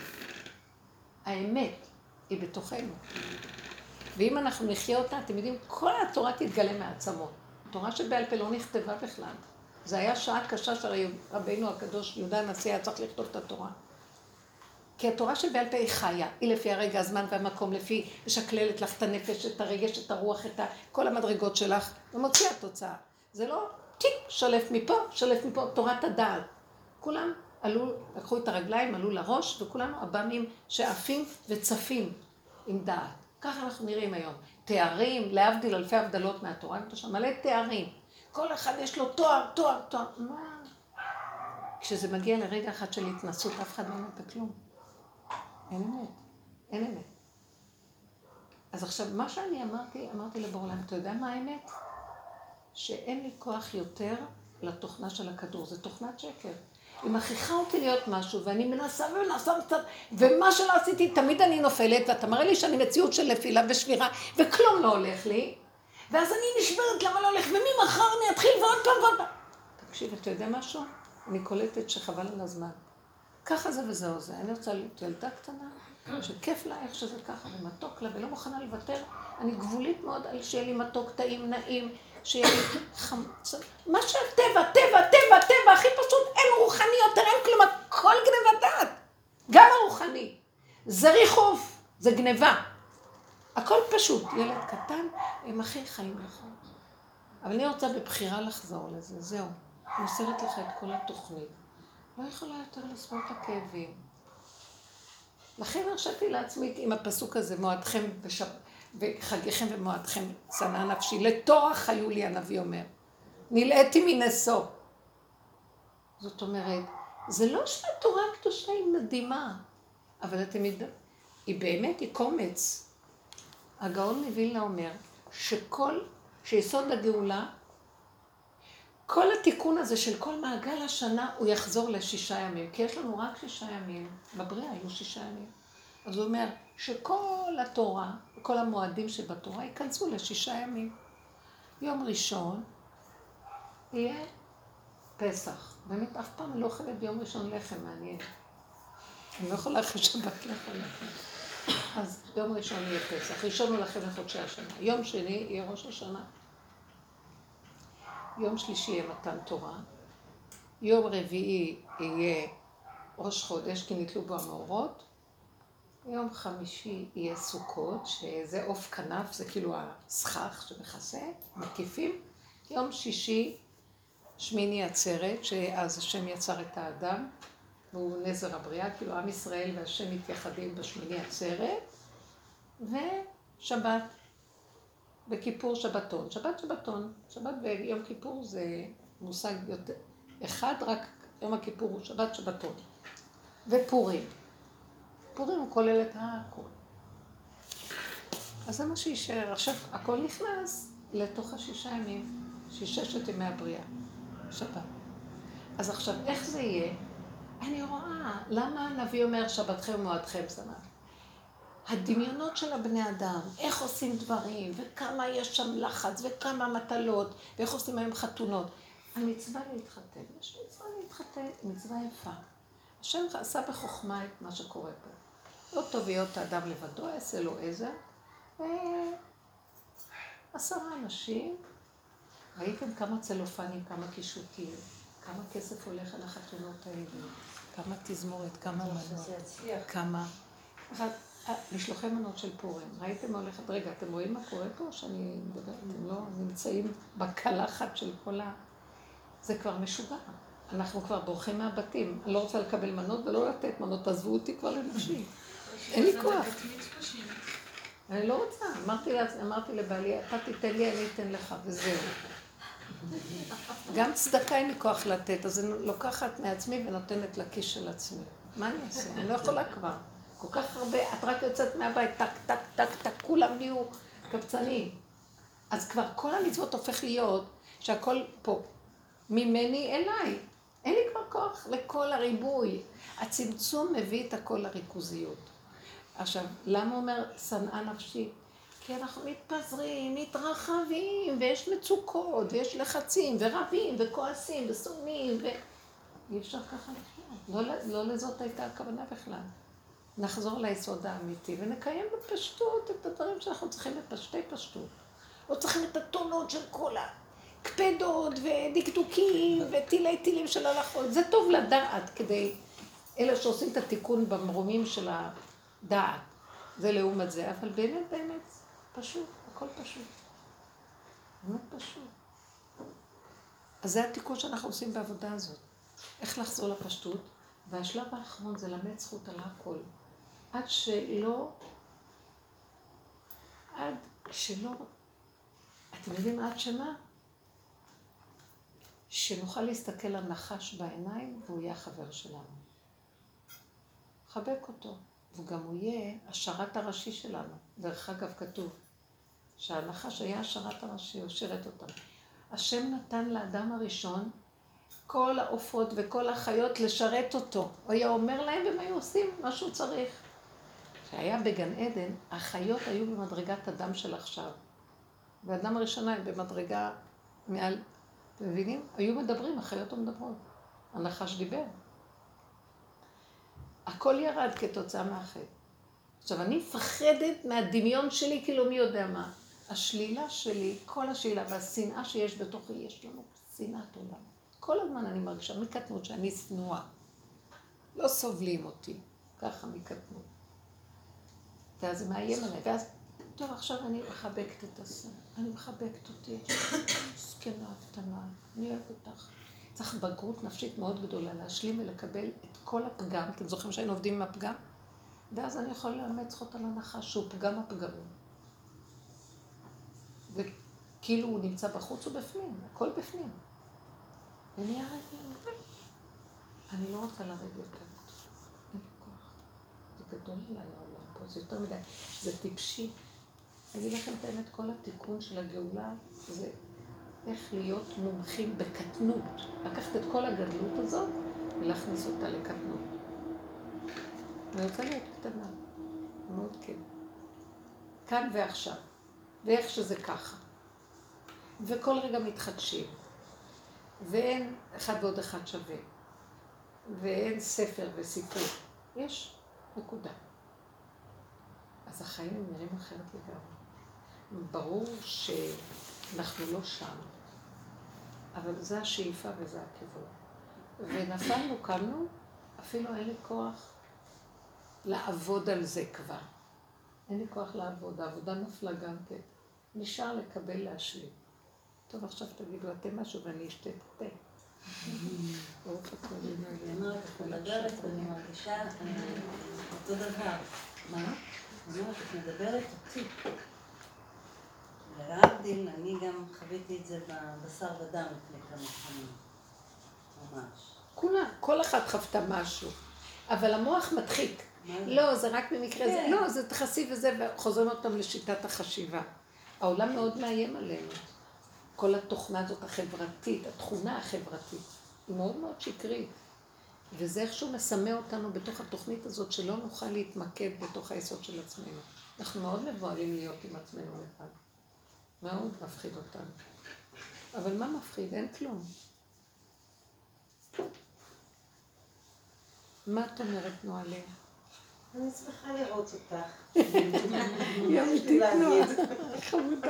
האמת היא בתוכנו. ואם אנחנו נחיה אותה, אתם יודעים, כל התורה תתגלה מעצמות. תורה שבעל פה לא נכתבה בכלל. זה היה שעה קשה שרבינו הקדוש יהודה הנשיא היה צריך לכתוב את התורה. כי התורה שבעל פה היא חיה, היא לפי הרגע, הזמן והמקום, לפי משקללת לך את הנפש, את הרגש, את הרוח, את כל המדרגות שלך, ומוציאה תוצאה. זה לא טיק, שלף מפה, שלף מפה, תורת הדעת. כולם עלו, לקחו את הרגליים, עלו לראש, וכולנו אבנים שעפים וצפים עם דעת. ככה אנחנו נראים היום. תארים, להבדיל אלפי הבדלות מהתורה, מלא תארים. כל אחד יש לו תואר, תואר, תואר. מה? כשזה מגיע לרגע אחד של התנסות, אף אחד לא נתן כלום. אין אמת, אין אמת. אז עכשיו, מה שאני אמרתי, אמרתי לבורלם, אתה יודע מה האמת? שאין לי כוח יותר לתוכנה של הכדור, זה תוכנת שקר. היא מכריחה אותי להיות משהו, ואני מנסה ומנסה קצת, ומה שלא עשיתי, תמיד אני נופלת, ואתה מראה לי שאני מציאות של נפילה ושבירה, וכלום לא הולך לי, ואז אני נשברת למה לא הולך, וממחר אני אתחיל ועוד פעם ועוד פעם. תקשיב, אתה יודע משהו? אני קולטת שחבל על הזמן. ככה זה וזהו זה. אני רוצה להיות ילדה קטנה, שכיף לה איך שזה ככה, ומתוק לה, ולא מוכנה לוותר. אני גבולית מאוד על שיהיה לי מתוק, טעים, נעים, שיהיה לי חמצה. מה שהטבע, טבע, טבע, טבע, הכי פשוט, אין רוחני יותר, אין כלום, הכל גנבת דעת. גם הרוחני. זה ריחוף, זה גנבה. הכל פשוט. ילד קטן, הם הכי חיים לך. אבל אני רוצה בבחירה לחזור לזה, זהו. אני מוסרת לך את כל התוכנית. לא יכולה יותר לסבול את הכאבים. לכן הרשיתי לעצמי עם הפסוק הזה, מועדכם בשב... וחגיכם ומועדכם צנע נפשי. לתורך היו לי, הנביא אומר. נלאיתי מנסו. זאת אומרת, זה לא שהתורה הקדושה היא מדהימה, אבל אתם יודעים, היא באמת, היא קומץ. הגאון מווילנה אומר שכל, שיסוד הגאולה, כל התיקון הזה של כל מעגל השנה הוא יחזור לשישה ימים, כי יש לנו רק שישה ימים, בבריאה היו שישה ימים. אז הוא אומר שכל התורה, כל המועדים שבתורה ייכנסו לשישה ימים. יום ראשון יהיה פסח. באמת, אף פעם אני לא אוכלת ביום ראשון לחם, מעניין. אני לא יכולה אחרי שבת לאכול לחם. אז יום ראשון יהיה פסח. ראשון הוא לכם לחודשי השנה. יום שני יהיה ראש השנה. יום שלישי יהיה מתן תורה. יום רביעי יהיה ראש חודש, כי נתלו בו המאורות. יום חמישי יהיה סוכות, שזה עוף כנף, זה כאילו הסכך שמכסה, מקיפים. יום שישי, שמיני עצרת, שאז השם יצר את האדם, והוא נזר הבריאה, כאילו עם ישראל והשם מתייחדים בשמיני עצרת, ושבת, בכיפור שבתון. שבת שבתון, שבת ויום כיפור זה מושג יותר, אחד, רק יום הכיפור הוא שבת שבתון. ופורים. פורים הוא כולל את הכל. אז זה מה שישאר. עכשיו, הכל נכנס לתוך השישה ימים, שיששת ימי הבריאה, שבת. אז עכשיו, איך זה יהיה? אני רואה, למה הנביא אומר שבתכם ומועדכם שמח? הדמיונות של הבני אדם, איך עושים דברים, וכמה יש שם לחץ, וכמה מטלות, ואיך עושים היום חתונות. המצווה להתחתן, יש מצווה להתחתן, מצווה יפה. השם עשה בחוכמה את מה שקורה פה. לא טוב להיות האדם לבדו, עשה לו עזר. עשרה אנשים, ראיתם כמה צלופנים, כמה קישוטים, כמה כסף הולך על החתונות האלה, כמה תזמורת, כמה מנוע, כמה... משלוחי מנות של פורים, ראיתם מה הולכת? רגע, אתם רואים מה קורה פה? שאני מדברת, אתם לא נמצאים בקלחת של כל ה... זה כבר משוגע. אנחנו כבר בורחים מהבתים. אני לא רוצה לקבל מנות ולא לתת מנות, תעזבו אותי כבר לנפשי. אין לי כוח. אני לא רוצה. אמרתי לבעלי, אתה תיתן לי, אני אתן לך, וזהו. גם צדקה אין לי כוח לתת, אז אני לוקחת מעצמי ונותנת לכיס של עצמי. מה אני אעשה? אני לא יכולה כבר. כל כך הרבה, את רק יוצאת מהבית, טק, טק, טק, טק, כולם נהיו קבצנים. אז כבר כל המצוות הופך להיות שהכל פה. ממני אליי. אין לי כבר כוח לכל הריבוי. הצמצום מביא את הכל לריכוזיות. עכשיו, למה אומר שנאה נפשי? כי אנחנו מתפזרים, מתרחבים, ויש מצוקות, ויש לחצים, ורבים, וכועסים, ושונאים, ו... אי אפשר ככה לחיות. לא, לא לזאת הייתה הכוונה בכלל. נחזור ליסוד האמיתי, ונקיים בפשטות את הדברים שאנחנו צריכים בפשטי פשטות. לא צריכים את הטונות של כל הקפדות, ודקדוקים, וטילי טילים של הלכות. זה טוב לדעת כדי אלה שעושים את התיקון במרומים של הדעת. זה לעומת זה, אבל באמת, באמת, פשוט, הכל פשוט. באמת פשוט. אז זה התיקון שאנחנו עושים בעבודה הזאת. איך לחזור לפשטות? והשלב האחרון זה למד זכות על הכל. עד שלא, עד שלא, אתם יודעים עד שמה? שנוכל להסתכל על נחש בעיניים והוא יהיה החבר שלנו. חבק אותו, וגם הוא יהיה השרת הראשי שלנו. דרך אגב כתוב שהנחש היה השרת הראשי, הוא שירת אותם. השם נתן לאדם הראשון כל העופות וכל החיות לשרת אותו. הוא היה אומר להם והם היו עושים מה שהוא צריך. כשהיה בגן עדן, החיות היו במדרגת אדם של עכשיו. והאדם הראשונה הם במדרגה מעל, אתם מבינים? היו מדברים, החיות לא מדברות. הנחש דיבר. הכל ירד כתוצאה מהחטא. עכשיו, אני מפחדת מהדמיון שלי, כאילו מי יודע מה. השלילה שלי, כל השלילה והשנאה שיש בתוכי, יש לנו שנאת עולם. כל הזמן אני מרגישה מקטנות שאני שנואה. לא סובלים אותי, ככה מקטנות. ואז זה מאיים עליי, ואז, טוב, עכשיו אני מחבקת את השנאה. אני מחבקת אותי, זקנה, קטנה, אני אוהבת אותך. צריך בגרות נפשית מאוד גדולה, להשלים ולקבל את כל הפגם. אתם זוכרים שהיינו עובדים עם הפגם? ואז אני יכול לאמץ זכות על הנחש, שהוא פגם הפגמים. וכאילו הוא נמצא בחוץ ובפנים, הכל בפנים. ונהיה רגע, אני לא רוצה לרדת יותר. אין לי כוח. זה גדול עליי העולם פה, זה יותר מדי. זה טיפשי. אני אגיד לכם את האמת, כל התיקון של הגאולה, זה איך להיות מומחים בקטנות. לקחת את כל הגדלות הזאת ולהכניס אותה לקטנות. אני רוצה להיות קטנה. מאוד כן. כאן ועכשיו. ואיך שזה ככה. וכל רגע מתחדשים. ואין אחד ועוד אחד שווה. ואין ספר וסיפור. יש נקודה. אז החיים הם נראים אחרת לגמרי. ברור שאנחנו לא שם. אבל זה השאיפה וזה הכיוון. ונפלנו, קמנו, אפילו אין לי כוח לעבוד על זה כבר. אין לי כוח לעבוד, העבודה נפלה גם כן. נשאר לקבל להשלים. טוב, עכשיו תגידו אתם משהו ואני אשתה תה. ברוך הכללים האלה. אני אומרת, את מדברת ואני מרגישה אותו דבר. מה? אני אומרת, את מדברת אותי. ולהבדיל, אני גם חוויתי את זה בבשר ודם לפני כמה שנים. ממש. כולה, כל אחת חוותה משהו. אבל המוח מדחיק. לא, זה רק במקרה זה. לא, זה תחסי וזה, וחוזרים אותם לשיטת החשיבה. העולם מאוד מאיים עלינו. כל התוכנה הזאת החברתית, התכונה החברתית, היא מאוד מאוד שקרית. וזה איכשהו מסמא אותנו בתוך התוכנית הזאת, שלא נוכל להתמקד בתוך היסוד של עצמנו. אנחנו מאוד מבועלים להיות עם עצמנו לבד. מאוד מפחיד אותנו. אבל מה מפחיד? אין כלום. מה את אומרת, נועלה? אני שמחה לראות אותך. היא אמיתית נועה. חמודה.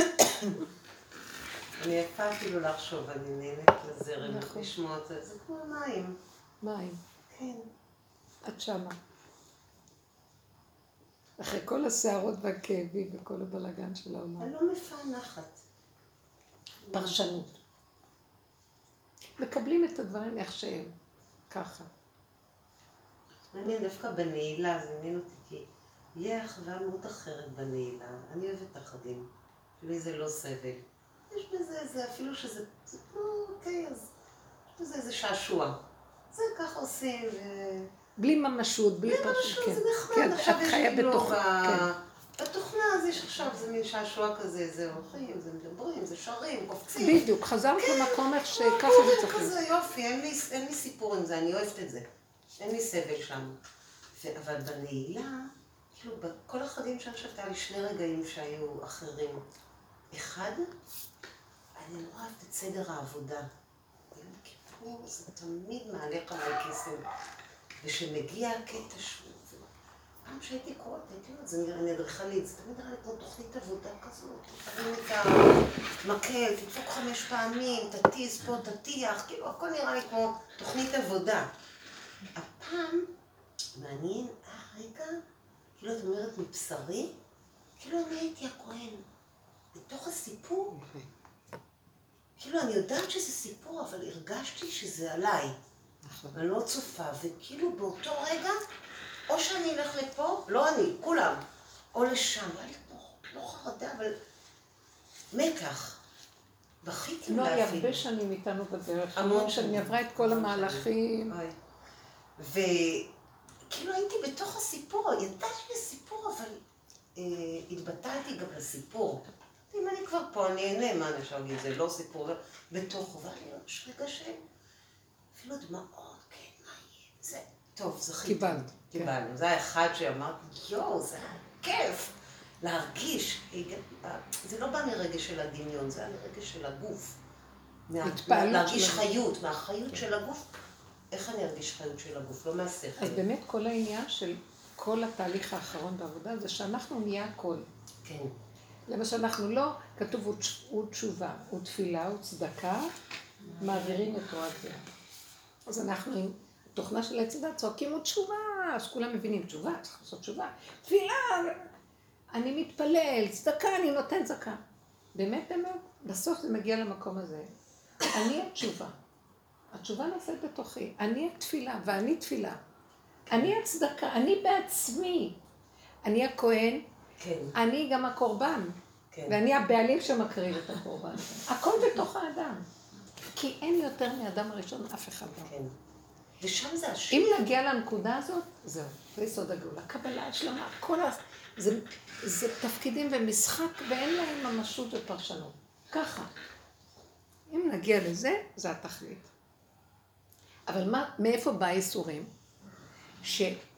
אני יפה אפילו לחשוב, אני נהנית לזרם, לשמוע את זה, זה כמו מים. מים. כן. את שמה. אחרי כל הסערות והכאבים וכל הבלגן של העולם. אני לא מפענחת. פרשנות. מקבלים את הדברים איך שהם. ככה. מעניין, דווקא בנעילה, זה מעניין אותי, כי יהיה אחווה מאוד אחרת בנעילה. אני אוהבת את החגים. אפילו זה לא סבל. יש בזה איזה, אפילו שזה, זה כמו, אוקיי, אז יש בזה איזה שעשוע. זה ככה עושים, ו... בלי ממשות, בלי פרשנות. בלי ממשות, זה נחמד. כן, עכשיו את יש חיה לי בתוך... בתוכנה אז יש עכשיו, זה מין שעשוע כזה, זה הולכים, זה מדברים, זה שרים, קופצים. בדיוק, חזרת למקום איך שככה זה צריך להיות. כזה יופי, אין לי סיפור עם זה, אני אוהבת את זה. אין לי סבל שם. אבל בנעילה, כאילו, בכל החגים שאני חושבת, היה לי שני רגעים שהיו אחרים. אחד, אני נורא אוהבת את סדר העבודה. ביום כיפור זה תמיד מהלך עליי קסם. ושמגיע הקטע שהוא... פעם שהייתי קוראת, הייתי אומרת, זה נראה, אני אדריכלית, זה תמיד נראה לי כמו תוכנית עבודה כזאת. תרים את המקל, תדפוק חמש פעמים, תטיס פה, תטיח, כאילו, הכל נראה לי כמו תוכנית עבודה. הפעם, מעניין, אה, רגע, כאילו את אומרת מבשרי, כאילו אני הייתי הכהן. בתוך הסיפור, כאילו אני יודעת שזה סיפור, אבל הרגשתי שזה עליי. אני לא צופה, וכאילו באותו רגע, או שאני אלך לפה, לא אני, כולם, או לשם, היה לי כמו, לא חרדה, אבל מתח. בכיתי לא, להבין. היא הרבה שנים איתנו בדרך. המון שאני עברה את כל המהלכים. וכאילו הייתי בתוך הסיפור, ידעתי לסיפור, אבל אה, התבטלתי גם לסיפור. אם אני כבר פה, אני אהנה, מה אני אפשר להגיד, זה לא סיפור, בתוך, אבל יש רגע של... אפילו דמעות, כן, מה יהיה? זה... טוב, זכיתי. קיבלת. קיבלנו. זה היה אחד שאמרתי, יואו, זה היה כיף. להרגיש. זה לא בא מרגש של הדמיון, זה היה מרגש של הגוף. להרגיש חיות, מהחיות של הגוף. איך אני ארגיש חיות של הגוף? לא מהשכל. אז באמת כל העניין של כל התהליך האחרון בעבודה זה שאנחנו נהיה הכל. כן. למה שאנחנו לא, כתוב הוא תשובה, הוא תפילה, הוא צדקה, מעבירים את רוע זה. אז אנחנו עם תוכנה של הצדה צועקים הוא תשובה, אז כולם מבינים תשובה, צריך לעשות תשובה. תפילה, אני מתפלל, צדקה, אני נותן צדקה. באמת, באמת, בסוף זה מגיע למקום הזה. אני התשובה. התשובה נעשית בתוכי. אני התפילה, ואני תפילה. אני הצדקה, אני בעצמי. אני הכהן, כן. אני גם הקורבן. כן. ואני הבעלים שמקריב את הקורבן. הכל בתוך האדם. כי אין יותר מאדם הראשון אף אחד לא. כן. ושם זה השם. אם נגיע לנקודה הזאת, זהו, זה יסוד הגאולה. קבלה, השלמה, כל ה... זה, זה תפקידים ומשחק, ואין להם ממשות ופרשנות. ככה. אם נגיע לזה, זה התכלית. אבל מה, מאיפה בא איסורים?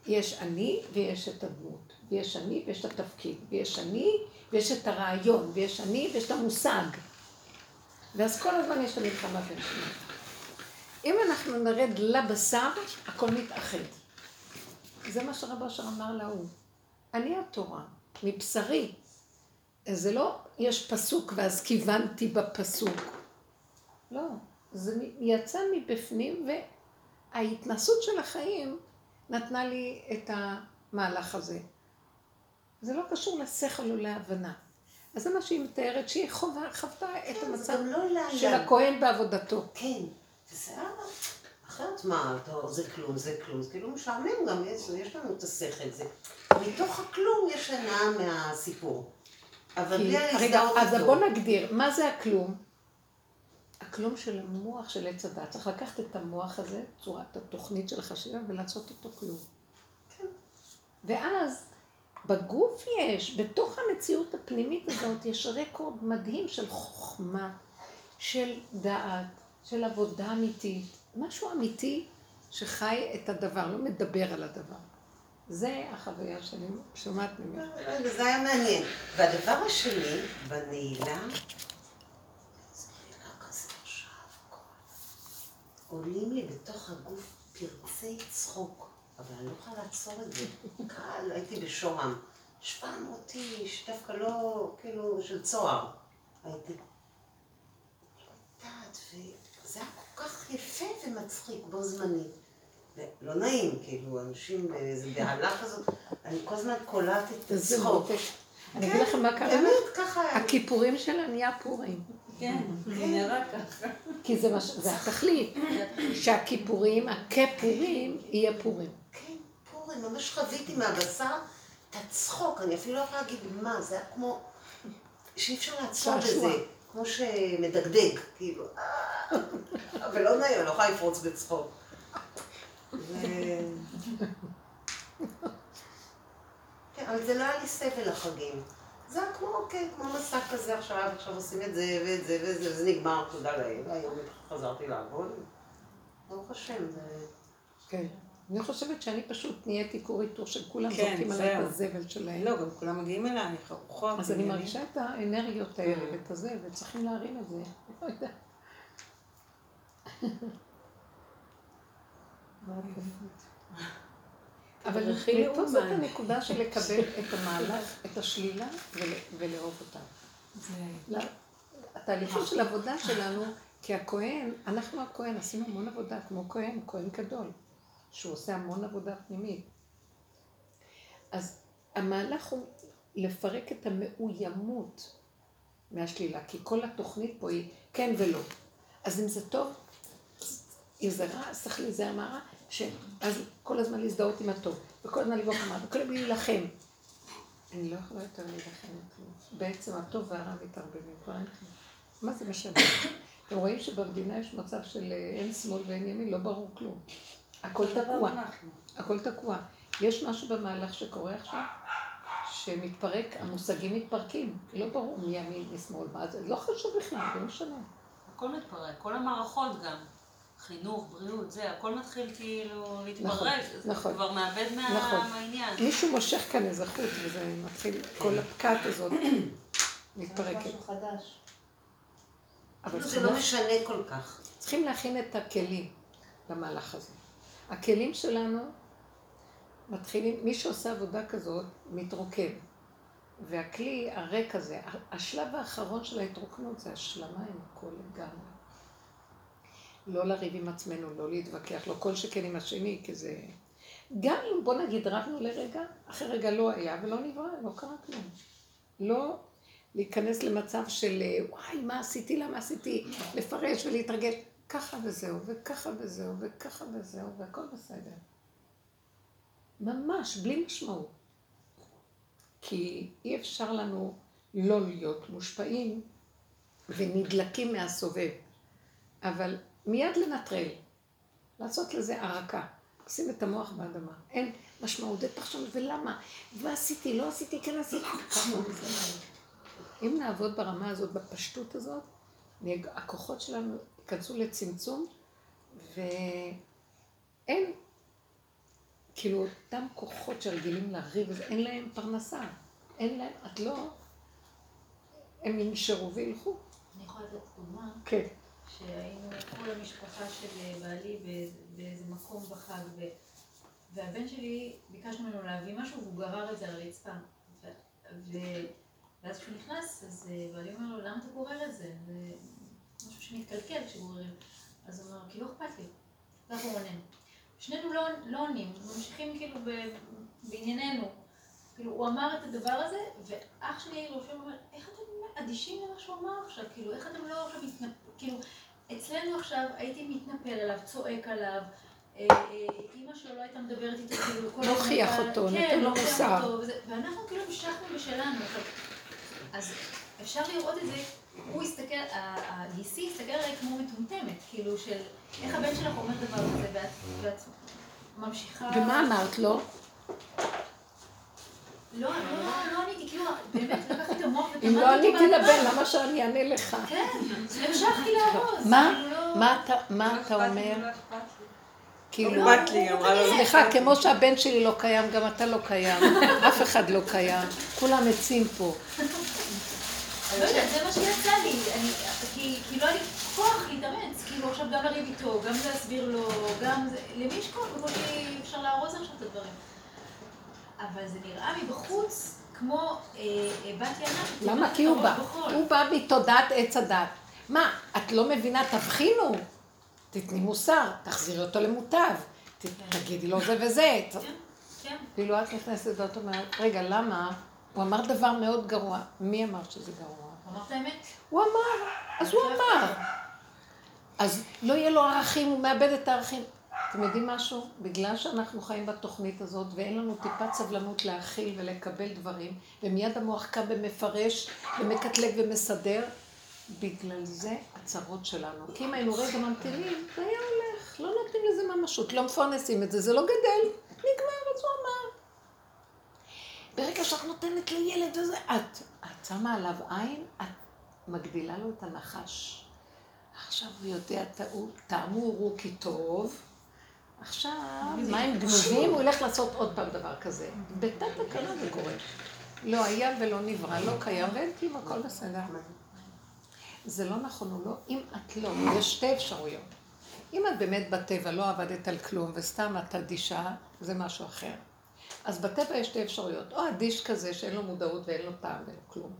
יש אני ויש את הדמות, ויש אני ויש את התפקיד, ויש אני ויש את הרעיון, ויש אני ויש את המושג. ואז כל הזמן יש את המלחמה בין שניהם. אם אנחנו נרד לבשר, הכל מתאחד. זה מה שרב אושר אמר להוא. אני התורה, מבשרי. זה לא, יש פסוק ואז כיוונתי בפסוק. לא, זה יצא מבפנים וההתנסות של החיים נתנה לי את המהלך הזה. זה לא קשור לשכל או להבנה. אז זה מה שהיא מתארת, שהיא חווה, חוותה את המצב של הכהן בעבודתו. כן, וזה היה... אחרת מה, זה כלום, זה כלום, זה כאילו משעמם גם, יש לנו את השכל, זה... מתוך הכלום יש הנאה מהסיפור. אבל בלי להזדהות איתו. אז בוא נגדיר, מה זה הכלום? הכלום של המוח של עץ הדת. צריך לקחת את המוח הזה, צורת התוכנית של החשיבה, ולעשות אותו כלום. כן. ואז בגוף יש, בתוך המציאות הפנימית הזאת, יש רקורד מדהים של חוכמה, של דעת, של עבודה אמיתית. משהו אמיתי שחי את הדבר, לא מדבר על הדבר. זה החוויה שאני שומעת ממך. זה היה מעניין. והדבר השני, בנעילה, זה נעילה כזה עכשיו, עולים לי בתוך הגוף פרצי צחוק, אבל אני לא יכולה לעצור את זה. קל, הייתי בשוהם. שבע מאות איש, דווקא לא, כאילו, של צוהר. הייתי... לא יודעת, וזה היה כל כך יפה ומצחיק בו זמנית. לא נעים, כאילו, אנשים באיזה בהלה כזאת, אני כל הזמן קולטת את הצחוק. אני אגיד לכם מה קרה? באמת, ככה... הכיפורים שלה נהיה פורים. כן, זה נראה ככה. כי זה התכלית, שהכיפורים, הכפורים, יהיה פורים. כן, פורים, ממש חוויתי מהבשר את הצחוק, אני אפילו לא יכולה להגיד מה, זה היה כמו... שאי אפשר לעצור בזה, כמו שמדגדג, כאילו, אבל לא נעים, אני לא יכולה לפרוץ בצחוק. כן, אבל זה לא היה לי סבל לחגים. זה היה כמו, כן, כמו מסע כזה עכשיו, עכשיו עושים את זה ואת זה ואת זה, וזה נגמר, תודה לאל. היום חזרתי לעבוד. ברוך השם, זה... כן. אני חושבת שאני פשוט נהייתי כור היתוך של כולם זורקים עליי את הזבל שלהם. לא, גם כולם מגיעים אליי, ארוחות. אז אני מרגישה את האנרגיות האלה ואת הזה, וצריכים להרים את זה. לא יודעת. אבל מפה זאת הנקודה של לקבל את המהלך, את השלילה ולאהוב אותה. התהליכים של העבודה שלנו, כי הכהן, אנחנו הכהן, עשינו המון עבודה כמו כהן, כהן גדול, שהוא עושה המון עבודה פנימית. אז המהלך הוא לפרק את המאוימות מהשלילה, כי כל התוכנית פה היא כן ולא. אז אם זה טוב, אם זה רע, אז צריך להיזהר מהרע, שאז כל הזמן להזדהות עם הטוב, וכל הזמן לבוא כמה, וכל הזמן להילחם. אני לא יכולה יותר להילחם כלום. בעצם הטוב והרע מתערבבים, כבר אין כלום. מה זה משנה? אתם רואים שבמדינה יש מצב של אין שמאל ואין ימין, לא ברור כלום. הכל תקוע. הכל תקוע. יש משהו במהלך שקורה עכשיו, שמתפרק, המושגים מתפרקים. לא ברור מי ימין, מי שמאל, מה זה, לא חשוב בכלל, לא משנה. הכל מתפרק, כל המערכות גם. חינוך, בריאות, זה, הכל מתחיל כאילו להתפרק, זה כבר מאבד מהעניין. מישהו מושך כאן איזה חוט וזה מתחיל, כל הפקעת הזאת מתפרקת. זה משהו חדש. אבל זה לא משנה כל כך. צריכים להכין את הכלים למהלך הזה. הכלים שלנו מתחילים, מי שעושה עבודה כזאת מתרוקן. והכלי הריק הזה, השלב האחרון של ההתרוקנות זה השלמה עם הכל לגמרי. לא לריב עם עצמנו, לא להתווכח, לא כל שכן עם השני, כי זה... גם אם בוא נגיד רבנו לרגע, אחרי רגע לא היה ולא נברא, לא קרה כלום. לא להיכנס למצב של וואי, מה עשיתי, למה עשיתי, לפרש ולהתרגש, ככה וזהו, וככה וזהו, וככה וזהו, והכל בסדר. ממש, בלי משמעות. כי אי אפשר לנו לא להיות מושפעים ונדלקים מהסובב. אבל מיד לנטרל, לעשות לזה ערקה, לשים את המוח באדמה. אין משמעות, זה פחשנות, ולמה? ועשיתי, לא עשיתי, כן עשיתי. אם נעבוד ברמה הזאת, בפשטות הזאת, הכוחות שלנו ייכנסו לצמצום, ואין כאילו אותם כוחות שרגילים להריב, אז אין להם פרנסה. אין להם, את לא... הם ינשרו וילכו. אני יכולה לתת דוגמה. כן. שהיינו כל המשפחה של בעלי באיזה מקום בחג, והבן שלי, ביקשנו ממנו להביא משהו, והוא גרר את זה על הרצפה. ואז כשהוא נכנס, אז בעלי אומר לו, למה אתה גורר את זה? זה משהו שמתקלקל כשגוררים. אז הוא אומר, כי לא אכפת לי. ככה הוא עונה. שנינו לא עונים, ממשיכים כאילו בענייננו. כאילו, הוא אמר את הדבר הזה, ואח שלי יאיר יושב ואומר, איך אתם אדישים למה שהוא אמר עכשיו? כאילו, איך אתם לא עכשיו מתנפל? כאילו, אצלנו עכשיו הייתי מתנפל עליו, צועק עליו, אמא שלו לא הייתה מדברת איתו, כאילו, כל... נוכיח אותו, נתן לו מוסר. ואנחנו כאילו משכנו בשלנו. אז אפשר לראות את זה, הוא הסתכל, הגיסי הסתכל עליי כמו מטומטמת, כאילו של איך הבן שלך אומר דבר כזה, ואת ממשיכה... ומה אמרת לו? לא, לא עניתי, כאילו, באמת, לקחתי את המוח ותמדתי... אם לא עניתי לבן, למה שאני אענה לך? כן, המשכתי להרוז. מה אתה אומר? כאילו, בת לי, אמרה לו. סליחה, כמו שהבן שלי לא קיים, גם אתה לא קיים. אף אחד לא קיים. כולם עצים פה. לא יודעת, זה מה שיצא לי. כי לא היה לי כוח להתאמץ. כאילו, עכשיו גם לריב איתו, גם להסביר לו, גם... למי יש כוח? בכל לי אפשר להרוז עכשיו את הדברים. אבל זה נראה מבחוץ כמו בת ינק. למה? כי הוא בא. הוא בא מתודעת עץ הדת. מה, את לא מבינה? תבחינו. תתני מוסר, תחזירי אותו למוטב. תגידי לו זה וזה. ואילו את נכנסת ואת אומרת, רגע, למה? הוא אמר דבר מאוד גרוע. מי אמר שזה גרוע? הוא אמר את האמת? הוא אמר. אז הוא אמר. אז לא יהיה לו ערכים, הוא מאבד את הערכים. אתם יודעים משהו? בגלל שאנחנו חיים בתוכנית הזאת ואין לנו טיפת סבלנות להכיל ולקבל דברים, ומיד המוח קם ומפרש ומקטלג ומסדר, בגלל זה הצרות שלנו. כי אם היינו רגע ממתינים, זה היה הולך, לא נותנים לזה ממשות, לא מפרנסים את זה, זה לא גדל, נגמר, אז הוא אמר. ברגע שאת נותנת לילד הזה, את, את שמה עליו עין, את מגדילה לו את הנחש. עכשיו הוא יודע, טעמו הוא כי טוב, עכשיו, מה הם גנובים? הוא ילך לעשות עוד פעם דבר כזה. בתת הקלה זה קורה. לא היה ולא נברא, לא קיים, ואין כלום, הכל בסדר. זה לא נכון או לא? אם את לא, יש שתי אפשרויות. אם את באמת בטבע לא עבדת על כלום, וסתם את אדישה, זה משהו אחר. אז בטבע יש שתי אפשרויות. או אדיש כזה שאין לו מודעות ואין לו טעם ואין לו כלום.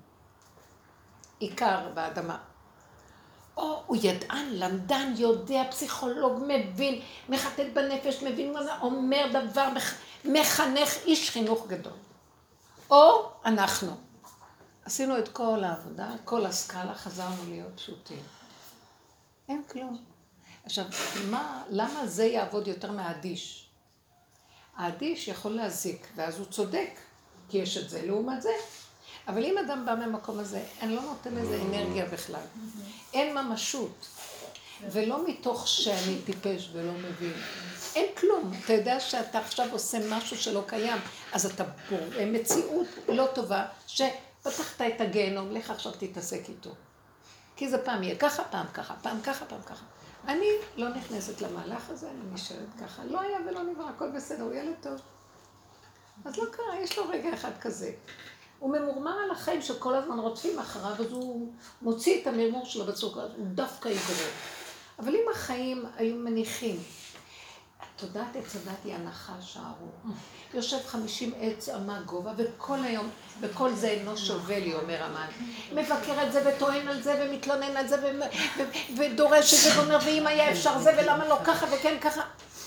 עיקר באדמה. או הוא ידען, למדן, יודע, פסיכולוג, מבין, מחטט בנפש, מבין, אומר דבר, מחנך, איש חינוך גדול. או אנחנו. עשינו את כל העבודה, כל הסקאלה, חזרנו להיות פשוטים. אין כלום. עכשיו, מה, למה זה יעבוד יותר מהאדיש? האדיש יכול להזיק, ואז הוא צודק, כי יש את זה לעומת זה. אבל אם אדם בא מהמקום הזה, אני לא נותן לזה אנרגיה בכלל. אין ממשות. ולא מתוך שאני טיפש ולא מבין. אין כלום. אתה יודע שאתה עכשיו עושה משהו שלא קיים, אז אתה בורא מציאות לא טובה, שפתחת את הגיהנום, לך עכשיו תתעסק איתו. כי זה פעם יהיה ככה, פעם ככה, פעם ככה, פעם ככה. אני לא נכנסת למהלך הזה, אני נשארת ככה. לא היה ולא נברא, הכל בסדר, הוא ילד טוב. אז לא קרה, יש לו רגע אחד כזה. הוא ממורמר על החיים שכל הזמן רודפים אחריו, אז הוא מוציא את המרמור שלו בצורה, הוא דווקא יגרור. אבל אם החיים היו מניחים, תודעת עץ הדת היא הנחש הארור. יושב חמישים עץ עמה גובה, וכל היום, וכל זה אינו שווה לי, אומר המן. מבקר את זה וטוען על זה ומתלונן על זה ודורש את זה ואומר, ואם היה אפשר זה ולמה לא ככה וכן ככה.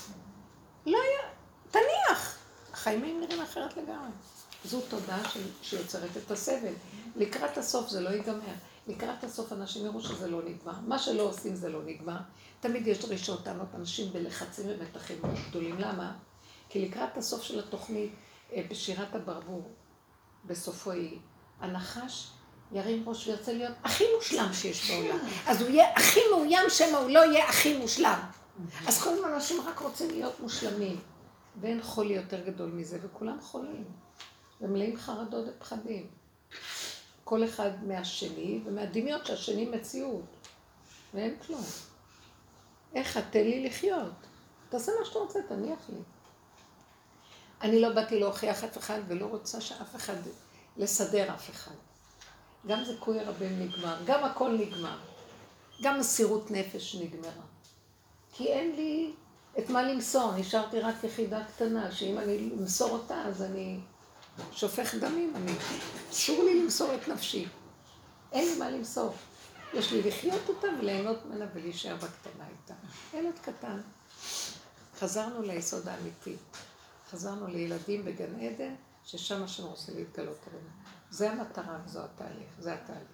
לא היה, תניח. החיים הם נראים אחרת לגמרי. זו תודעה שיוצרת את הסבל. לקראת הסוף זה לא ייגמר. לקראת הסוף אנשים יראו שזה לא נגמר. מה שלא עושים זה לא נגמר. תמיד יש דרישות טענות אנשים בלחצים ומתחים גדולים. למה? כי לקראת הסוף של התוכנית, בשירת הברבור, בסופו היא, הנחש ירים ראש וירצה להיות הכי מושלם שיש בעולם. אז הוא יהיה הכי מאוים שמה, הוא לא יהיה הכי מושלם. אז כל הזמן אנשים רק רוצים להיות מושלמים. ואין חולי יותר גדול מזה, וכולם חולים. ומלאים חרדות ופחדים. כל אחד מהשני, ומהדמיון שהשני מציאות. ואין כלום. איך תן לי לחיות? תעשה מה שאתה רוצה, תניח לי. אני לא באתי להוכיח אף אחד ולא רוצה שאף אחד, לסדר אף אחד. גם זיכוי הרבים נגמר, גם הכל נגמר. גם מסירות נפש נגמרה. כי אין לי את מה למסור, נשארתי רק יחידה קטנה, שאם אני למסור אותה, אז אני שופך דמים, אני... אסור לי למסור את נפשי. אין לי מה למסור. יש לי לחיות אותה וליהנות ממנה ולהישאר בקטנה איתה. ילד קטן. חזרנו ליסוד האמיתי. חזרנו לילדים בגן עדן, ששם השם רוצה להתגלות עלינו. זה המטרה וזו התהליך, זה התהליך.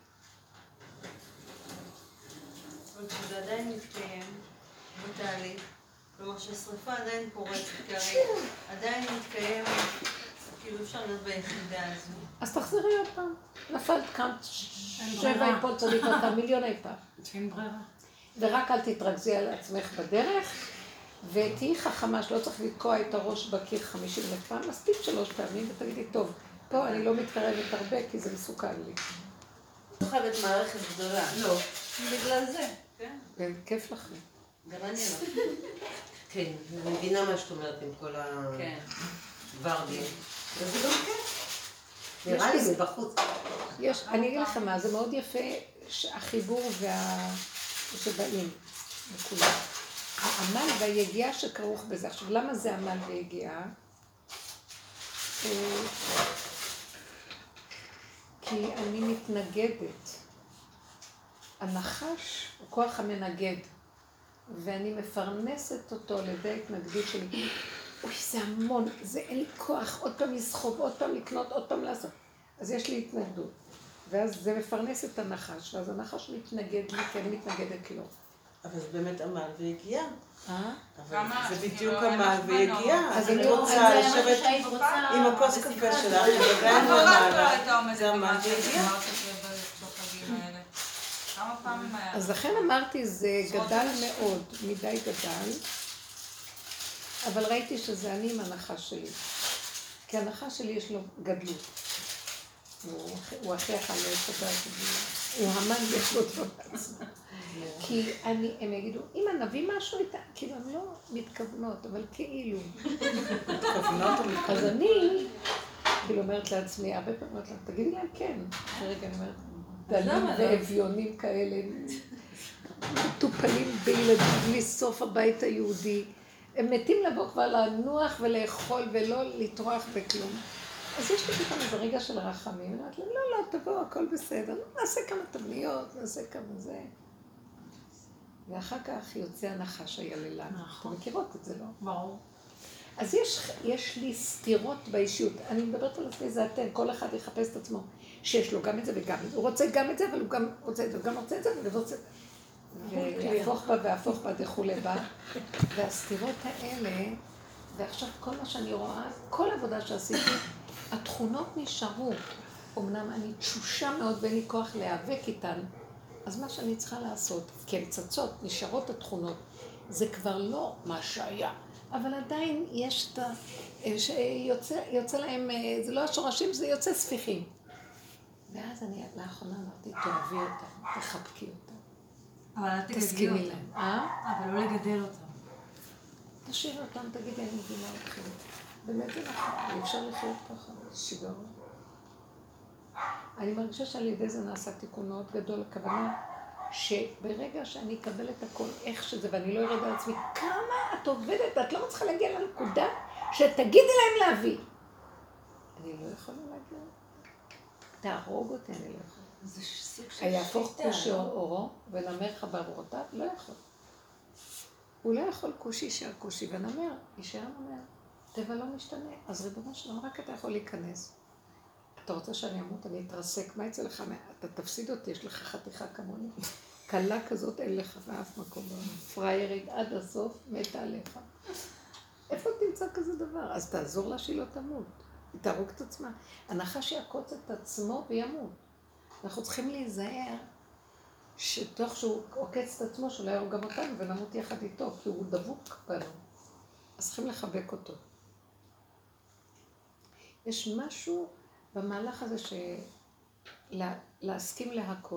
אבל כשזה עדיין מתקיים בתהליך, כלומר שהשריפה עדיין פורצת, כי הרי עדיין מתקיים, כאילו אפשר להיות ביחידה הזו. אז תחזרי עוד פעם. נפלת כאן שבע איפות צדיק אותה, מיליון איפה. אין ברירה. ורק אל תתרכזי על עצמך בדרך, ותהי חכמה שלא צריך לתקוע את הראש בקיר חמישים אלף פעם, מספיק שלוש פעמים, ותגידי, טוב, פה אני לא מתקרבת הרבה כי זה מסוכן לי. לא חייבת מערכת גדולה. לא. בגלל זה. כן. וכיף לכם. גם אני לא. כן, אני מבינה מה שאת אומרת עם כל כן. הוורדים. וזה גם כיף. נראה לי מבחוץ. יש, אני אגיד לכם מה, זה מאוד יפה שהחיבור וה... שבאים לכולם. העמל והיגיעה שכרוך בזה. עכשיו, למה זה עמל ויגיעה? כי אני מתנגדת. הנחש הוא כוח המנגד, ואני מפרנסת אותו על ידי התנגדות שלי. אוי, זה המון, זה אין לי כוח, עוד פעם לסחוב, עוד פעם לקנות, עוד פעם לעשות. אז יש לי התנגדות. ואז זה מפרנס את הנחש, ואז הנחש מתנגד לי, כי אני מתנגדת לו. אבל זה באמת עמל והגיעה. אה? אבל זה בדיוק עמל והגיעה. אז אני אני רוצה לשבת עם הכוס קפה שלך, ועדיין למעלה. זה עמל והגיעה. כמה פעמים היה? אז לכן אמרתי, זה גדל מאוד, מדי גדל, אבל ראיתי שזה אני עם הנחש שלי. כי הנחש שלי יש לו גדלות. הוא הכי אכל לתודה שלי. הוא המן יש לו תודה. כי אני, הם יגידו, אם הנביא משהו איתה, כאילו הן לא מתכוונות, אבל כאילו. מתכוונות או מתכוונות? אז אני, כאילו אומרת לעצמי, הרבה פעמים אומרת לה, תגידי להם כן. רגע, אני אומרת, דלים ואביונים כאלה, מטופלים בילדים בלי סוף הבית היהודי. הם מתים לבוא כבר לנוח ולאכול ולא לטרוח בכלום. אז יש לי פתאום איזה רגע של רחמים, אני אומרת להם, לא, לא, תבוא, הכל בסדר, נעשה כמה תבניות, נעשה כמה זה. ואחר כך יוצא הנחש היללן. אתם מכירות את זה, לא? ברור. אז יש, יש לי סתירות באישיות. אני מדברת על עצמי, זה אתם, כל אחד יחפש את עצמו, שיש לו גם את זה וגם את זה. הוא רוצה גם את זה, אבל הוא גם רוצה את זה, הוא גם רוצה את זה, והוא רוצה את זה. והפוך בה והפוך בה דחולי בה. והסתירות האלה, ועכשיו כל מה שאני רואה, כל עבודה שעשיתי, התכונות נשארו. אמנם אני תשושה מאוד ואין לי כוח להיאבק איתן, אז מה שאני צריכה לעשות, כי הן צצות, נשארות התכונות, זה כבר לא מה שהיה. אבל עדיין יש את ה... שיוצא, יוצא להם, זה לא השורשים, זה יוצא ספיחים. ואז אני לאחרונה אמרתי, תאהבי אותם, תחבקי אותם. אבל אל תגדלי תסכימי אותם. להם. אה? אבל לא לגדל אותם. תשאיר אותם, תגידי, אני מבינה אתכם. באמת זה נכון, אי אפשר לחיות ככה, שיגעון. אני מרגישה שעל ידי זה נעשה תיקון מאוד גדול, הכוונה שברגע שאני אקבל את הכל איך שזה, ואני לא ארד על עצמי, כמה את עובדת, את לא מצליחה להגיע לנקודה שתגידי להם להביא. אני לא יכולה להגיע. תהרוג אותי, אני לא יכולה. זה סוג של היהפוך כושי אורו ונמר חבר אורותיו, לא יכול. הוא לא יכול כושי יישאר כושי, ונמר יישאר נמר. טבע לא משתנה, אז ריבונו שלום, רק אתה יכול להיכנס. אתה רוצה שאני אמות, אני אתרסק, מה יצא לך? אתה תפסיד אותי, יש לך חתיכה כמוני. קלה כזאת אין לך באף מקום. פריירית עד הסוף, מתה עליך. איפה תמצא כזה דבר? אז תעזור לה שהיא לא תמות. היא תהרוג את עצמה. הנחש יעקוץ את עצמו וימות. אנחנו צריכים להיזהר שתוך שהוא עוקץ את עצמו, שלא יהרוג גם אותנו ונמות יחד איתו, כי הוא דבוק בנו. אז צריכים לחבק אותו. יש משהו במהלך הזה להסכים להכל.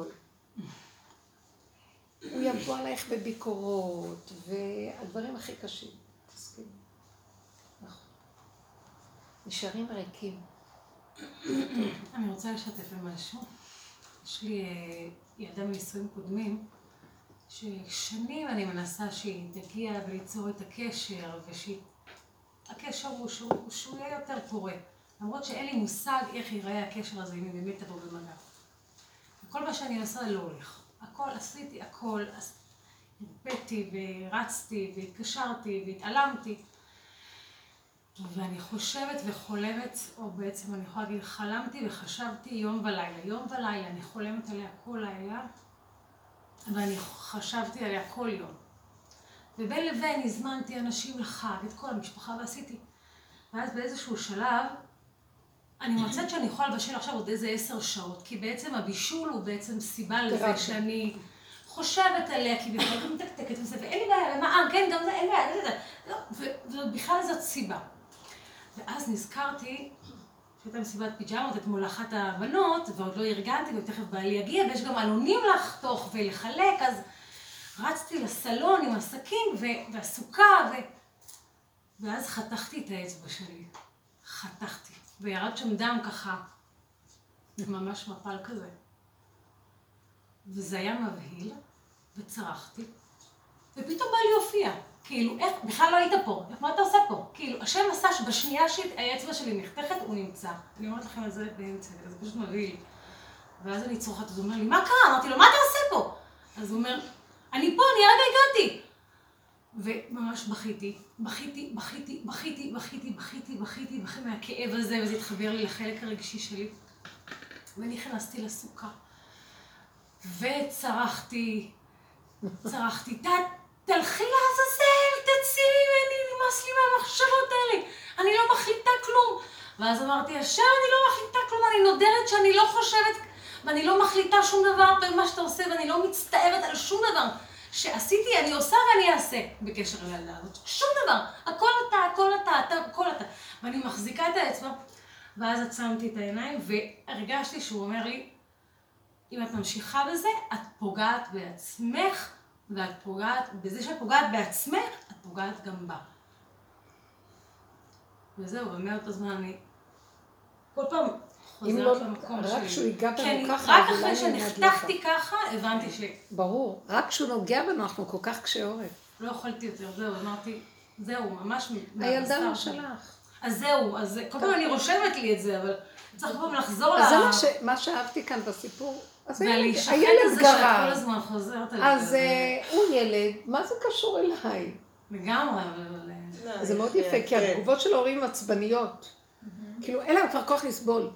הוא יבוא עלייך בביקורות, והדברים הכי קשים. תסכים. נכון. נשארים ריקים. אני רוצה לשתף במשהו. יש לי ילדה מנישואים קודמים, ששנים אני מנסה שהיא תגיע וליצור את הקשר, ושהקשר הוא שהוא, שהוא יהיה יותר פורה. למרות שאין לי מושג איך ייראה הקשר הזה, אם היא באמת תבוא במגע. וכל מה שאני עושה לא הולך. הכל עשיתי, הכל, הרפאתי ורצתי והתקשרתי והתעלמתי. ואני חושבת וחולמת, או בעצם אני יכולה להגיד, חלמתי וחשבתי יום ולילה. יום ולילה, אני חולמת עליה כל לילה, ואני חשבתי עליה כל יום. ובין לבין הזמנתי אנשים לחג, את כל המשפחה, ועשיתי. ואז באיזשהו שלב, אני מוצאת שאני יכולה לבשל עכשיו עוד איזה עשר שעות, כי בעצם הבישול הוא בעצם סיבה לזה שאני חושבת עליה, כי בכלל גם מתקתקת וזה, ואין לי בעיה, ומה, כן, גם זה, אין בעיה, זה, זה, ובכלל זאת סיבה. ואז נזכרתי שהייתה מסיבת פיג'מות אתמול אחת הבנות, ועוד לא ארגנתי, ותכף בעלי יגיע, ויש גם אלונים לחתוך ולחלק, אז רצתי לסלון עם הסכין והסוכה, ו... ואז חתכתי את האצבע שלי. חתכתי. וירד שם דם ככה, ממש מפל כזה. וזה היה מבהיל, וצרחתי, ופתאום בא לי הופיע. כאילו, איך, בכלל לא היית פה, מה אתה עושה פה? כאילו, השם עשה שבשנייה שהאצבע שלי נחתכת, הוא נמצא. אני אומרת לכם על זה באמצע, זה פשוט מבהיל. ואז אני צורחת, אז הוא אומר לי, מה קרה? אמרתי לו, מה אתה עושה פה? אז הוא אומר, אני פה, אני הרגע הגעתי. וממש בכיתי, בכיתי, בכיתי, בכיתי, בכיתי, בכיתי, בכיתי, בכיתי מהכאב הזה, וזה התחבר לי לחלק הרגשי שלי. ונכנסתי לסוכה. וצרחתי, צרחתי, תלכי לעזאזל, תצאי ממני, נמאס לי מהמחשבות האלה, אני לא מחליטה כלום. ואז אמרתי, השם, אני לא מחליטה כלום, אני נודרת שאני לא חושבת, ואני לא מחליטה שום דבר במה שאתה עושה, ואני לא מצטערת על שום דבר שעשיתי, אני עושה ואני אעשה בקשר לילדה הזאת. שום דבר, הכל אתה, הכל אתה, אתה, הכל אתה. ואני מחזיקה את האצבע, ואז עצמתי את העיניים, והרגשתי שהוא אומר לי, אם את ממשיכה בזה, את פוגעת בעצמך, ואת פוגעת, בזה שאת פוגעת בעצמך, את פוגעת גם בה. וזהו, ומאותו זמן אני כל פעם חוזרת למקום שלי. רק כשהוא ייגע בנו ככה, רק אחרי שנחתכתי ככה, הבנתי ש... ברור, רק כשהוא נוגע בנו, אנחנו כל כך קשי עורף. לא יכולתי יותר, זהו, אמרתי, זהו, ממש... הילדה לא שלך. אז זהו, אז כל פעם אני רושמת לי את זה, אבל צריך כל פעם לחזור ל... אז זה מה שאהבתי כאן בסיפור. אז והלהישחט הילד הזה שאת גרם. כל הזמן חוזרת עליו. אז הוא ילד, מה זה קשור אליי? לגמרי, אבל... זה מאוד יפה, כי התגובות של ההורים עצבניות. כאילו, אין להם כבר כוח לסבול.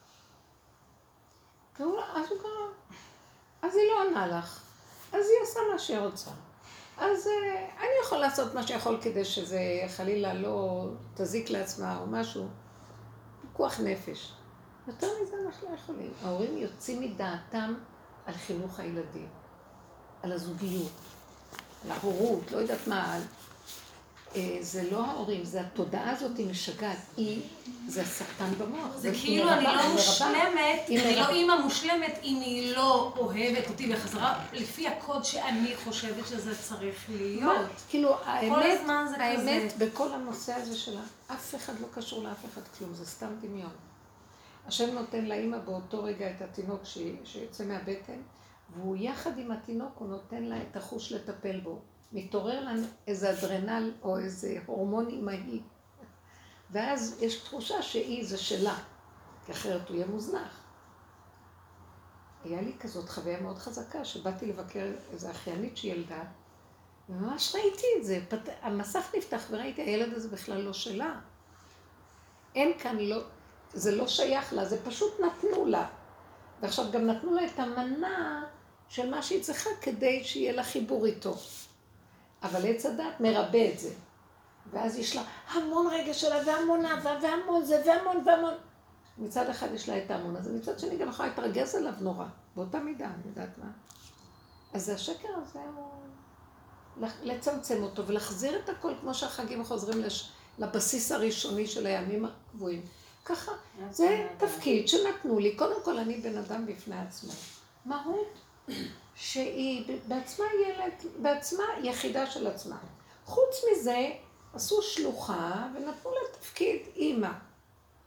אז הוא גרם. אז היא לא עונה לך. אז היא עושה מה שהיא רוצה. אז אני יכול לעשות מה שיכול כדי שזה חלילה לא תזיק לעצמה או משהו. פיקוח נפש. יותר מזה אנחנו לא יכולים. ההורים יוצאים מדעתם על חינוך הילדים, על הזוגיות, על ההורות, לא יודעת מה, על... זה לא ההורים, זה התודעה הזאת היא משגעת, היא, זה השטן במוח. זה כאילו אני לא מושלמת, אני לא אימא מושלמת אם היא לא אוהבת אותי בחזרה, לפי הקוד שאני חושבת שזה צריך להיות. כאילו האמת בכל הנושא הזה שלה, אף אחד לא קשור לאף אחד כלום, זה סתם דמיון. השם נותן לאמא באותו רגע את התינוק שיוצא מהבטן, והוא יחד עם התינוק, הוא נותן לה את החוש לטפל בו. מתעורר לה איזה אדרנל או איזה הורמון אמהי. ואז יש תחושה שהיא זה שלה, כי אחרת הוא יהיה מוזנח. היה לי כזאת חוויה מאוד חזקה, שבאתי לבקר איזו אחיינית שילדה, וממש ראיתי את זה. המסך נפתח וראיתי, הילד הזה בכלל לא שלה. אין כאן לא... זה לא שייך לה, זה פשוט נתנו לה. ועכשיו גם נתנו לה את המנה של מה שהיא צריכה כדי שיהיה לה חיבור איתו. אבל עץ הדת מרבה את זה. ואז יש לה המון רגע שלה, והמון אהבה, והמון זה, והמון והמון. מצד אחד יש לה את ההמון הזה, מצד שני גם יכולה להתרגז עליו נורא. באותה מידה, אני יודעת מה. אז השקר הזה הוא לצמצם אותו ולהחזיר את הכל כמו שהחגים חוזרים לש... לבסיס הראשוני של הימים הקבועים. ככה, זה תפקיד שנתנו לי. קודם כל, אני בן אדם בפני עצמו. מהות שהיא בעצמה ילד, בעצמה יחידה של עצמה. חוץ מזה, עשו שלוחה ונתנו לה תפקיד אימא.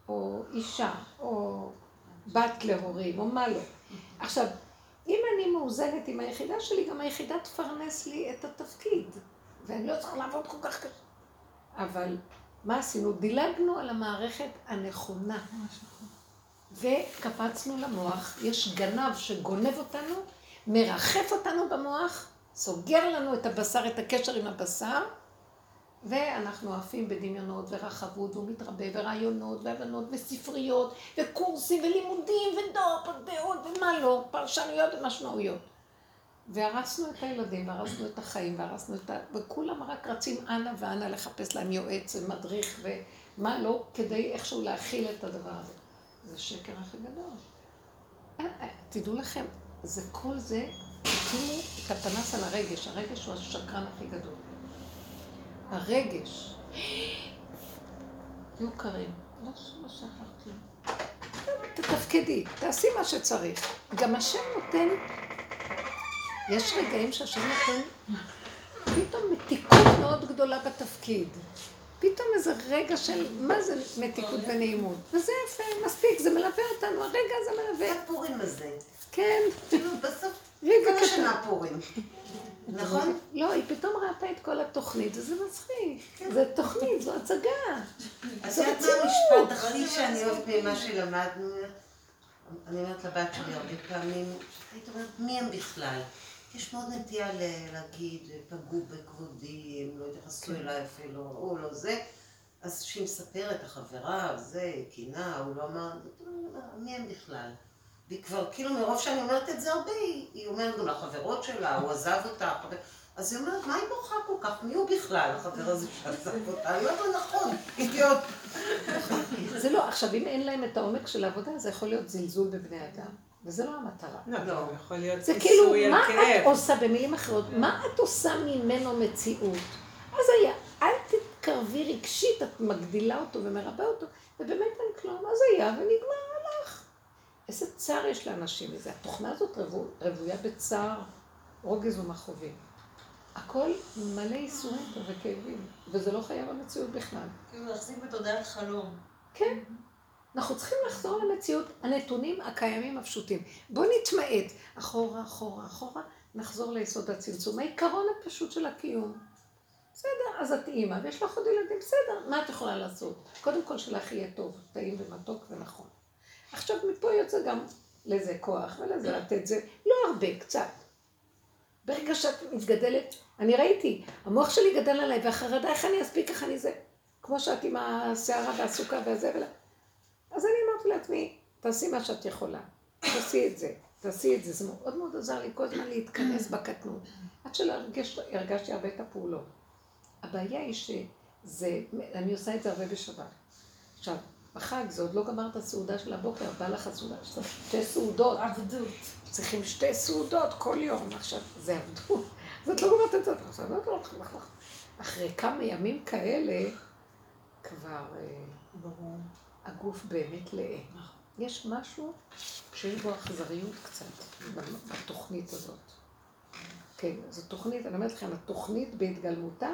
או אישה, או בת להורים, או מה לא. עכשיו, אם אני מאוזנת עם היחידה שלי, גם היחידה תפרנס לי את התפקיד, ואני לא צריכה לעבוד כל כך קשה. אבל מה עשינו? דילגנו על המערכת הנכונה, וקפצנו למוח. יש גנב שגונב אותנו, מרחף אותנו במוח, סוגר לנו את הבשר, את הקשר עם הבשר, ואנחנו עפים בדמיונות ורחבות, והוא מתרבה, ורעיונות, והבנות, וספריות, וקורסים, ולימודים, ודעות, ודעות, ומה לא, פרשנויות ומשמעויות. והרסנו את הילדים, והרסנו את החיים, והרסנו את ה... וכולם רק רצים אנה ואנה לחפש להם יועץ ומדריך ומה לא, כדי איכשהו להכיל את הדבר הזה. זה שקר הכי גדול. תדעו לכם, זה כל זה, תשימו את הפנס על הרגש, הרגש הוא השקרן הכי גדול. הרגש, תהיו קרים, לא שכחתי. תתפקדי, תעשי מה שצריך. גם השם נותן, יש רגעים שהשם נותן פתאום מתיקות מאוד גדולה בתפקיד. פתאום איזה רגע של, מה זה מתיקות ונעימות? וזה יפה, מספיק, זה מלווה אותנו, הרגע הזה מלווה. זה הפורים הזה. כן. כאילו בסוף, רגע כל השנה פורים. נכון? לא, היא פתאום ראתה את כל התוכנית, וזה מצחיק. זה תוכנית, זו הצגה. אז את מהמשפט הכי שאני אוהבת ממה שלמדנו, אני אומרת לבת שלי הרבה פעמים, היית אומרת, מי הם בכלל? יש מאוד נטייה להגיד, פגעו בכבודי, הם לא התייחסו אליי אפילו, או לא זה. אז שהיא מספרת, החברה, זה, קינה, הוא לא אמר, מי הם בכלל? והיא כבר, כאילו מרוב שאני אומרת את זה הרבה, היא אומרת גם לחברות שלה, הוא עזב אותה. אז היא אומרת, מה היא בוכה כל כך? מי הוא בכלל, החבר הזה שעזב אותה? היא אומרת לו, נכון, אידיוט. זה לא, עכשיו אם אין להם את העומק של העבודה, זה יכול להיות זלזול בבני אדם. וזה לא המטרה. לא, יכול להיות זה כאילו, ניסוי על מה כאב. את עושה, במילים אחרות, מה את עושה ממנו מציאות? אז היה, אל תתקרבי רגשית, את מגדילה אותו ומרבה אותו, ובאמת אין כלום, אז היה ונגמר, הלך. איזה צער יש לאנשים מזה. התוכנה הזאת רבויה בצער, רוגז ומכאובים. הכל מלא ייסורים וכאבים, וזה לא חייב המציאות בכלל. כאילו להחזיק בתודעת חלום. כן. אנחנו צריכים לחזור למציאות, הנתונים הקיימים הפשוטים. בואו נתמעט, אחורה, אחורה, אחורה, נחזור ליסוד הצמצום. העיקרון הפשוט של הקיום. בסדר, אז את אימא, ויש לך עוד ילדים, בסדר, מה את יכולה לעשות? קודם כל שלך יהיה טוב, טעים ומתוק ונכון. עכשיו מפה יוצא גם לזה כוח ולזה לתת זה, לא הרבה, קצת. ברגע שאת מתגדלת, אני ראיתי, המוח שלי גדל עליי, והחרדה, איך אני אספיק, איך אני זה? כמו שאת עם השערה והסוכה והזה ולה. אז אני אמרתי לעצמי, תעשי מה שאת יכולה, תעשי את זה, תעשי את זה, זה מאוד מאוד עזר לי כל הזמן להתכנס בקטנות. עד שהרגשתי הרבה את הפעולות. הבעיה היא שזה, אני עושה את זה הרבה בשבת. עכשיו, בחג זה עוד לא גמר את הסעודה של הבוקר, בא לך הסעודה, שתי סעודות. עבדות. צריכים שתי סעודות כל יום, עכשיו, זה עבדות. זאת לא גמרת את זה, עכשיו, לא לא לא אחרי כמה ימים כאלה, כבר ברור. הגוף באמת לאה. יש משהו שיש בו אכזריות קצת בתוכנית הזאת. כן, זו תוכנית, אני אומרת לכם, התוכנית בהתגלמותה,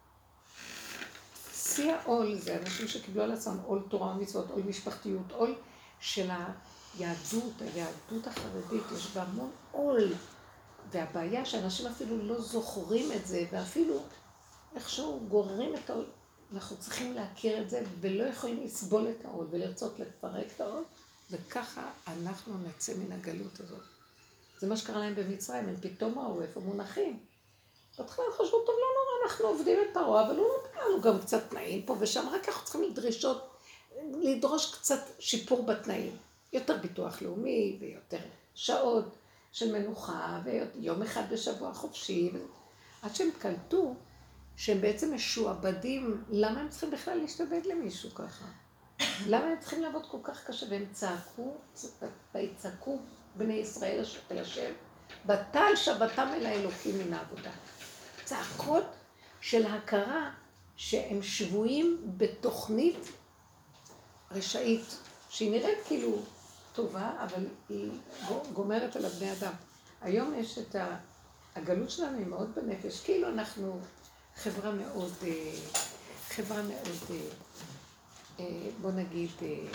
שיא העול זה אנשים שקיבלו על עצמם עול תורה ומצוות, עול משפחתיות, עול של היהדות, היהדות החרדית, יש בה המון עול. והבעיה שאנשים אפילו לא זוכרים את זה, ואפילו איכשהו גוררים את העול. אנחנו צריכים להכיר את זה, ולא יכולים לסבול את העול, ולרצות לפרק את העול, וככה אנחנו נצא מן הגלות הזאת. זה מה שקרה להם במצרים, הם פתאום ראו איפה מונחים. בהתחלה חשבו, טוב, לא נורא, אנחנו עובדים את פרעה, אבל הוא נותן לנו גם קצת תנאים פה ושם, רק אנחנו צריכים לדרישות, לדרוש קצת שיפור בתנאים. יותר ביטוח לאומי, ויותר שעות של מנוחה, ויום אחד בשבוע חופשי. עד שהם קלטו, שהם בעצם משועבדים, למה הם צריכים בכלל להשתבד למישהו ככה? למה הם צריכים לעבוד כל כך קשה? והם צעקו, ויצעקו בני ישראל אל השם, בטל שבתם אל האלוקים מן העבודה. צעקות של הכרה שהם שבויים בתוכנית רשאית, שהיא נראית כאילו טובה, אבל היא גומרת על הבני אדם. היום יש את הגלות שלנו, היא מאוד בנפש, כאילו אנחנו חברה מאוד, חברה מאוד בוא נגיד,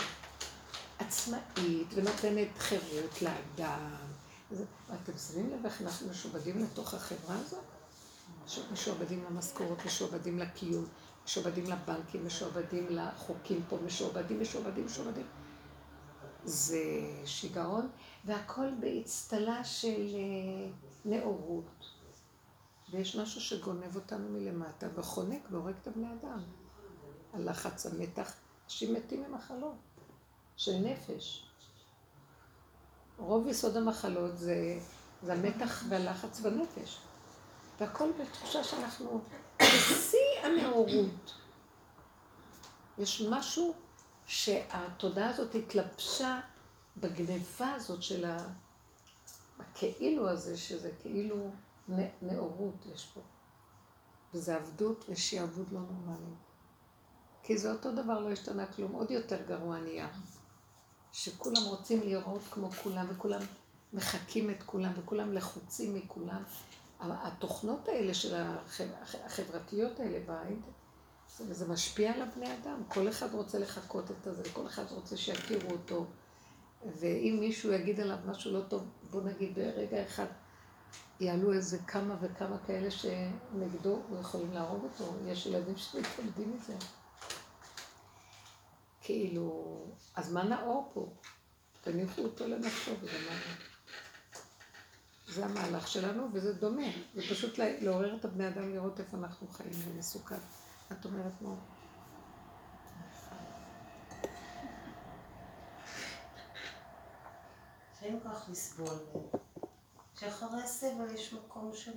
עצמאית ונותנת חירות לאדם. אתם שמים לב איך אנחנו משועבדים לתוך החברה הזאת? משועבדים למשכורות, משועבדים לקיום, משועבדים לבנקים, משועבדים לחוקים פה, משועבדים, משועבדים, משועבדים. זה שיגעון, והכל באצטלה של נאורות. ויש משהו שגונב אותנו מלמטה וחונק והורג את הבני אדם. הלחץ, המתח, אנשים מתים ממחלות של נפש. רוב יסוד המחלות זה, זה המתח והלחץ בנפש. והכל בתחושה שאנחנו בשיא הנאורות. יש משהו שהתודעה הזאת התלבשה בגניבה הזאת של הכאילו הזה, שזה כאילו נאורות יש פה. וזה עבדות ושיעבוד לא נורמלי. כי זה אותו דבר, לא השתנה כלום, עוד יותר גרוע נהיה. שכולם רוצים לראות כמו כולם, וכולם מחקים את כולם, וכולם לחוצים מכולם. התוכנות האלה של החברתיות האלה באינטרנט, וזה משפיע על הבני אדם. כל אחד רוצה לחכות את זה, כל אחד רוצה שיכירו אותו. ואם מישהו יגיד עליו משהו לא טוב, בוא נגיד ברגע אחד, יעלו איזה כמה וכמה כאלה שנגדו ויכולים להרוג אותו. יש ילדים שמתאבדים מזה. כאילו, אז מה נאור פה? תניחו אותו לנפשו וזה מה. זה המהלך שלנו וזה דומה. זה פשוט לעורר את הבני אדם לראות איפה אנחנו חיים ומסוכן. את אומרת מה? שאין כך לסבול. שאחרי הסבל יש מקום של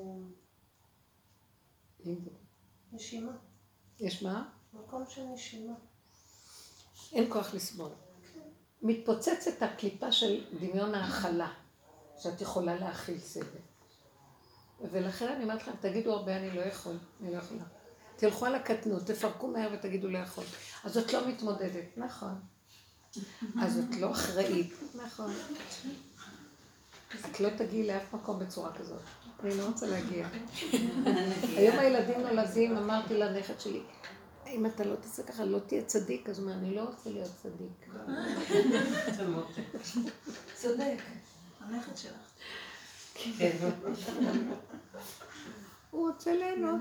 נשימה. יש מה? מקום של נשימה. אין כוח לסבול. מתפוצצת הקליפה של דמיון ההכלה, שאת יכולה להכיל סבל. ולכן אני אומרת לכם, תגידו הרבה, אני לא יכול, אני לא יכולה. תלכו על הקטנות, תפרקו מהר ותגידו לא יכול. אז את לא מתמודדת, נכון. אז את לא אחראית, נכון. את לא תגיעי לאף מקום בצורה כזאת. אני לא רוצה להגיע. היום הילדים נולדים, אמרתי לנכד שלי, אם אתה לא תעשה ככה, לא תהיה צדיק, אז מה, אני לא רוצה להיות צדיק. צודק, הנכד שלך. כן. הוא רוצה ליהנות.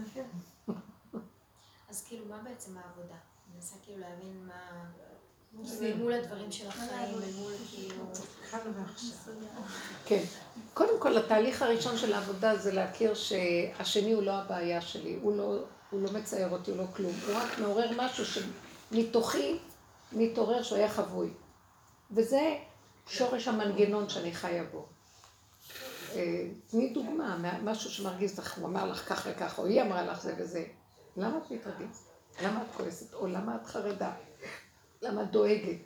אז כאילו, מה בעצם העבודה? אני מנסה כאילו להבין מה... מול הדברים של החיים, מול כאילו... כן. קודם כל, התהליך הראשון של העבודה זה להכיר שהשני הוא לא הבעיה שלי, הוא לא... הוא לא מצייר אותי, הוא לא כלום, הוא רק מעורר משהו שמתוכי מתעורר שהוא היה חבוי. וזה שורש המנגנון שאני חיה בו. תני דוגמה, משהו שמרגיז לך, הוא אמר לך כך וכך, או היא אמרה לך זה וזה. למה את מתרגזת? למה את כועסת? או למה את חרדה? למה את דואגת?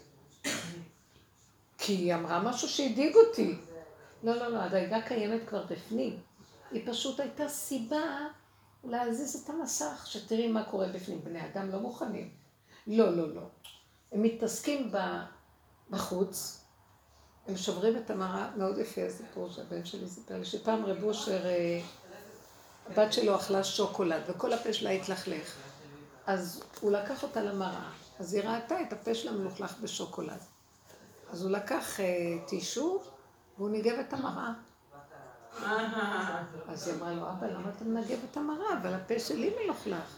כי היא אמרה משהו שהדאיג אותי. לא, לא, לא, הדאגה קיימת כבר בפנים. היא פשוט הייתה סיבה להזיז את המסך, שתראי מה קורה בפנים. בני אדם לא מוכנים. לא, לא, לא. הם מתעסקים בחוץ, הם שוברים את המראה, מאוד יפה הסיפור שהבן שלי סיפר לי, שפעם רב אושר, הבת שלו אכלה שוקולד, וכל הפה שלה התלכלך. אז הוא לקח אותה למראה, אז היא ראתה את הפה שלה מלוכלך בשוקולד. אז הוא לקח טישו, והוא ניגב את המראה. אז היא אמרה לו, אבא, למה אתה מנגב את המראה? אבל הפה שלי מלוכלך.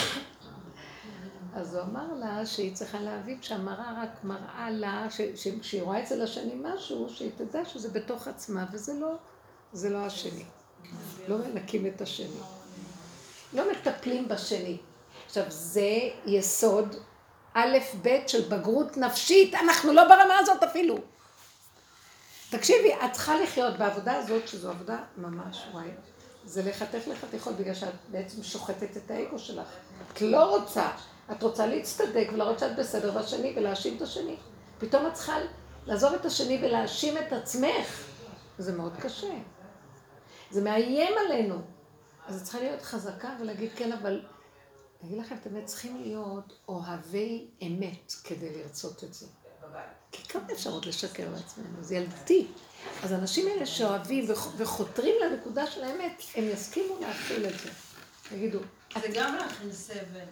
אז הוא אמר לה שהיא צריכה להבין שהמראה רק מראה לה, שהיא רואה אצל השני משהו, שהיא תדע שזה בתוך עצמה, וזה לא, זה לא השני. לא מנקים את השני. לא מטפלים בשני. עכשיו, זה יסוד א' ב' של בגרות נפשית, אנחנו לא ברמה הזאת אפילו. תקשיבי, את צריכה לחיות בעבודה הזאת, שזו עבודה ממש וואי. זה לחתך לחתיכות, בגלל שאת בעצם שוחטת את האגו שלך. את לא רוצה, את רוצה להצטדק ולראות שאת בסדר בשני ולהאשים את השני. פתאום את צריכה לעזוב את השני ולהאשים את עצמך. זה מאוד קשה. זה מאיים עלינו. אז את צריכה להיות חזקה ולהגיד כן, אבל אני אגיד לכם, אתם צריכים להיות אוהבי אמת כדי לרצות את זה. כי כמה אפשרות לשקר לעצמנו, זה ילדתי. אז האנשים האלה שאוהבים וחותרים לנקודה של האמת, הם יסכימו להכיל את זה. תגידו. זה גם להכין סבל.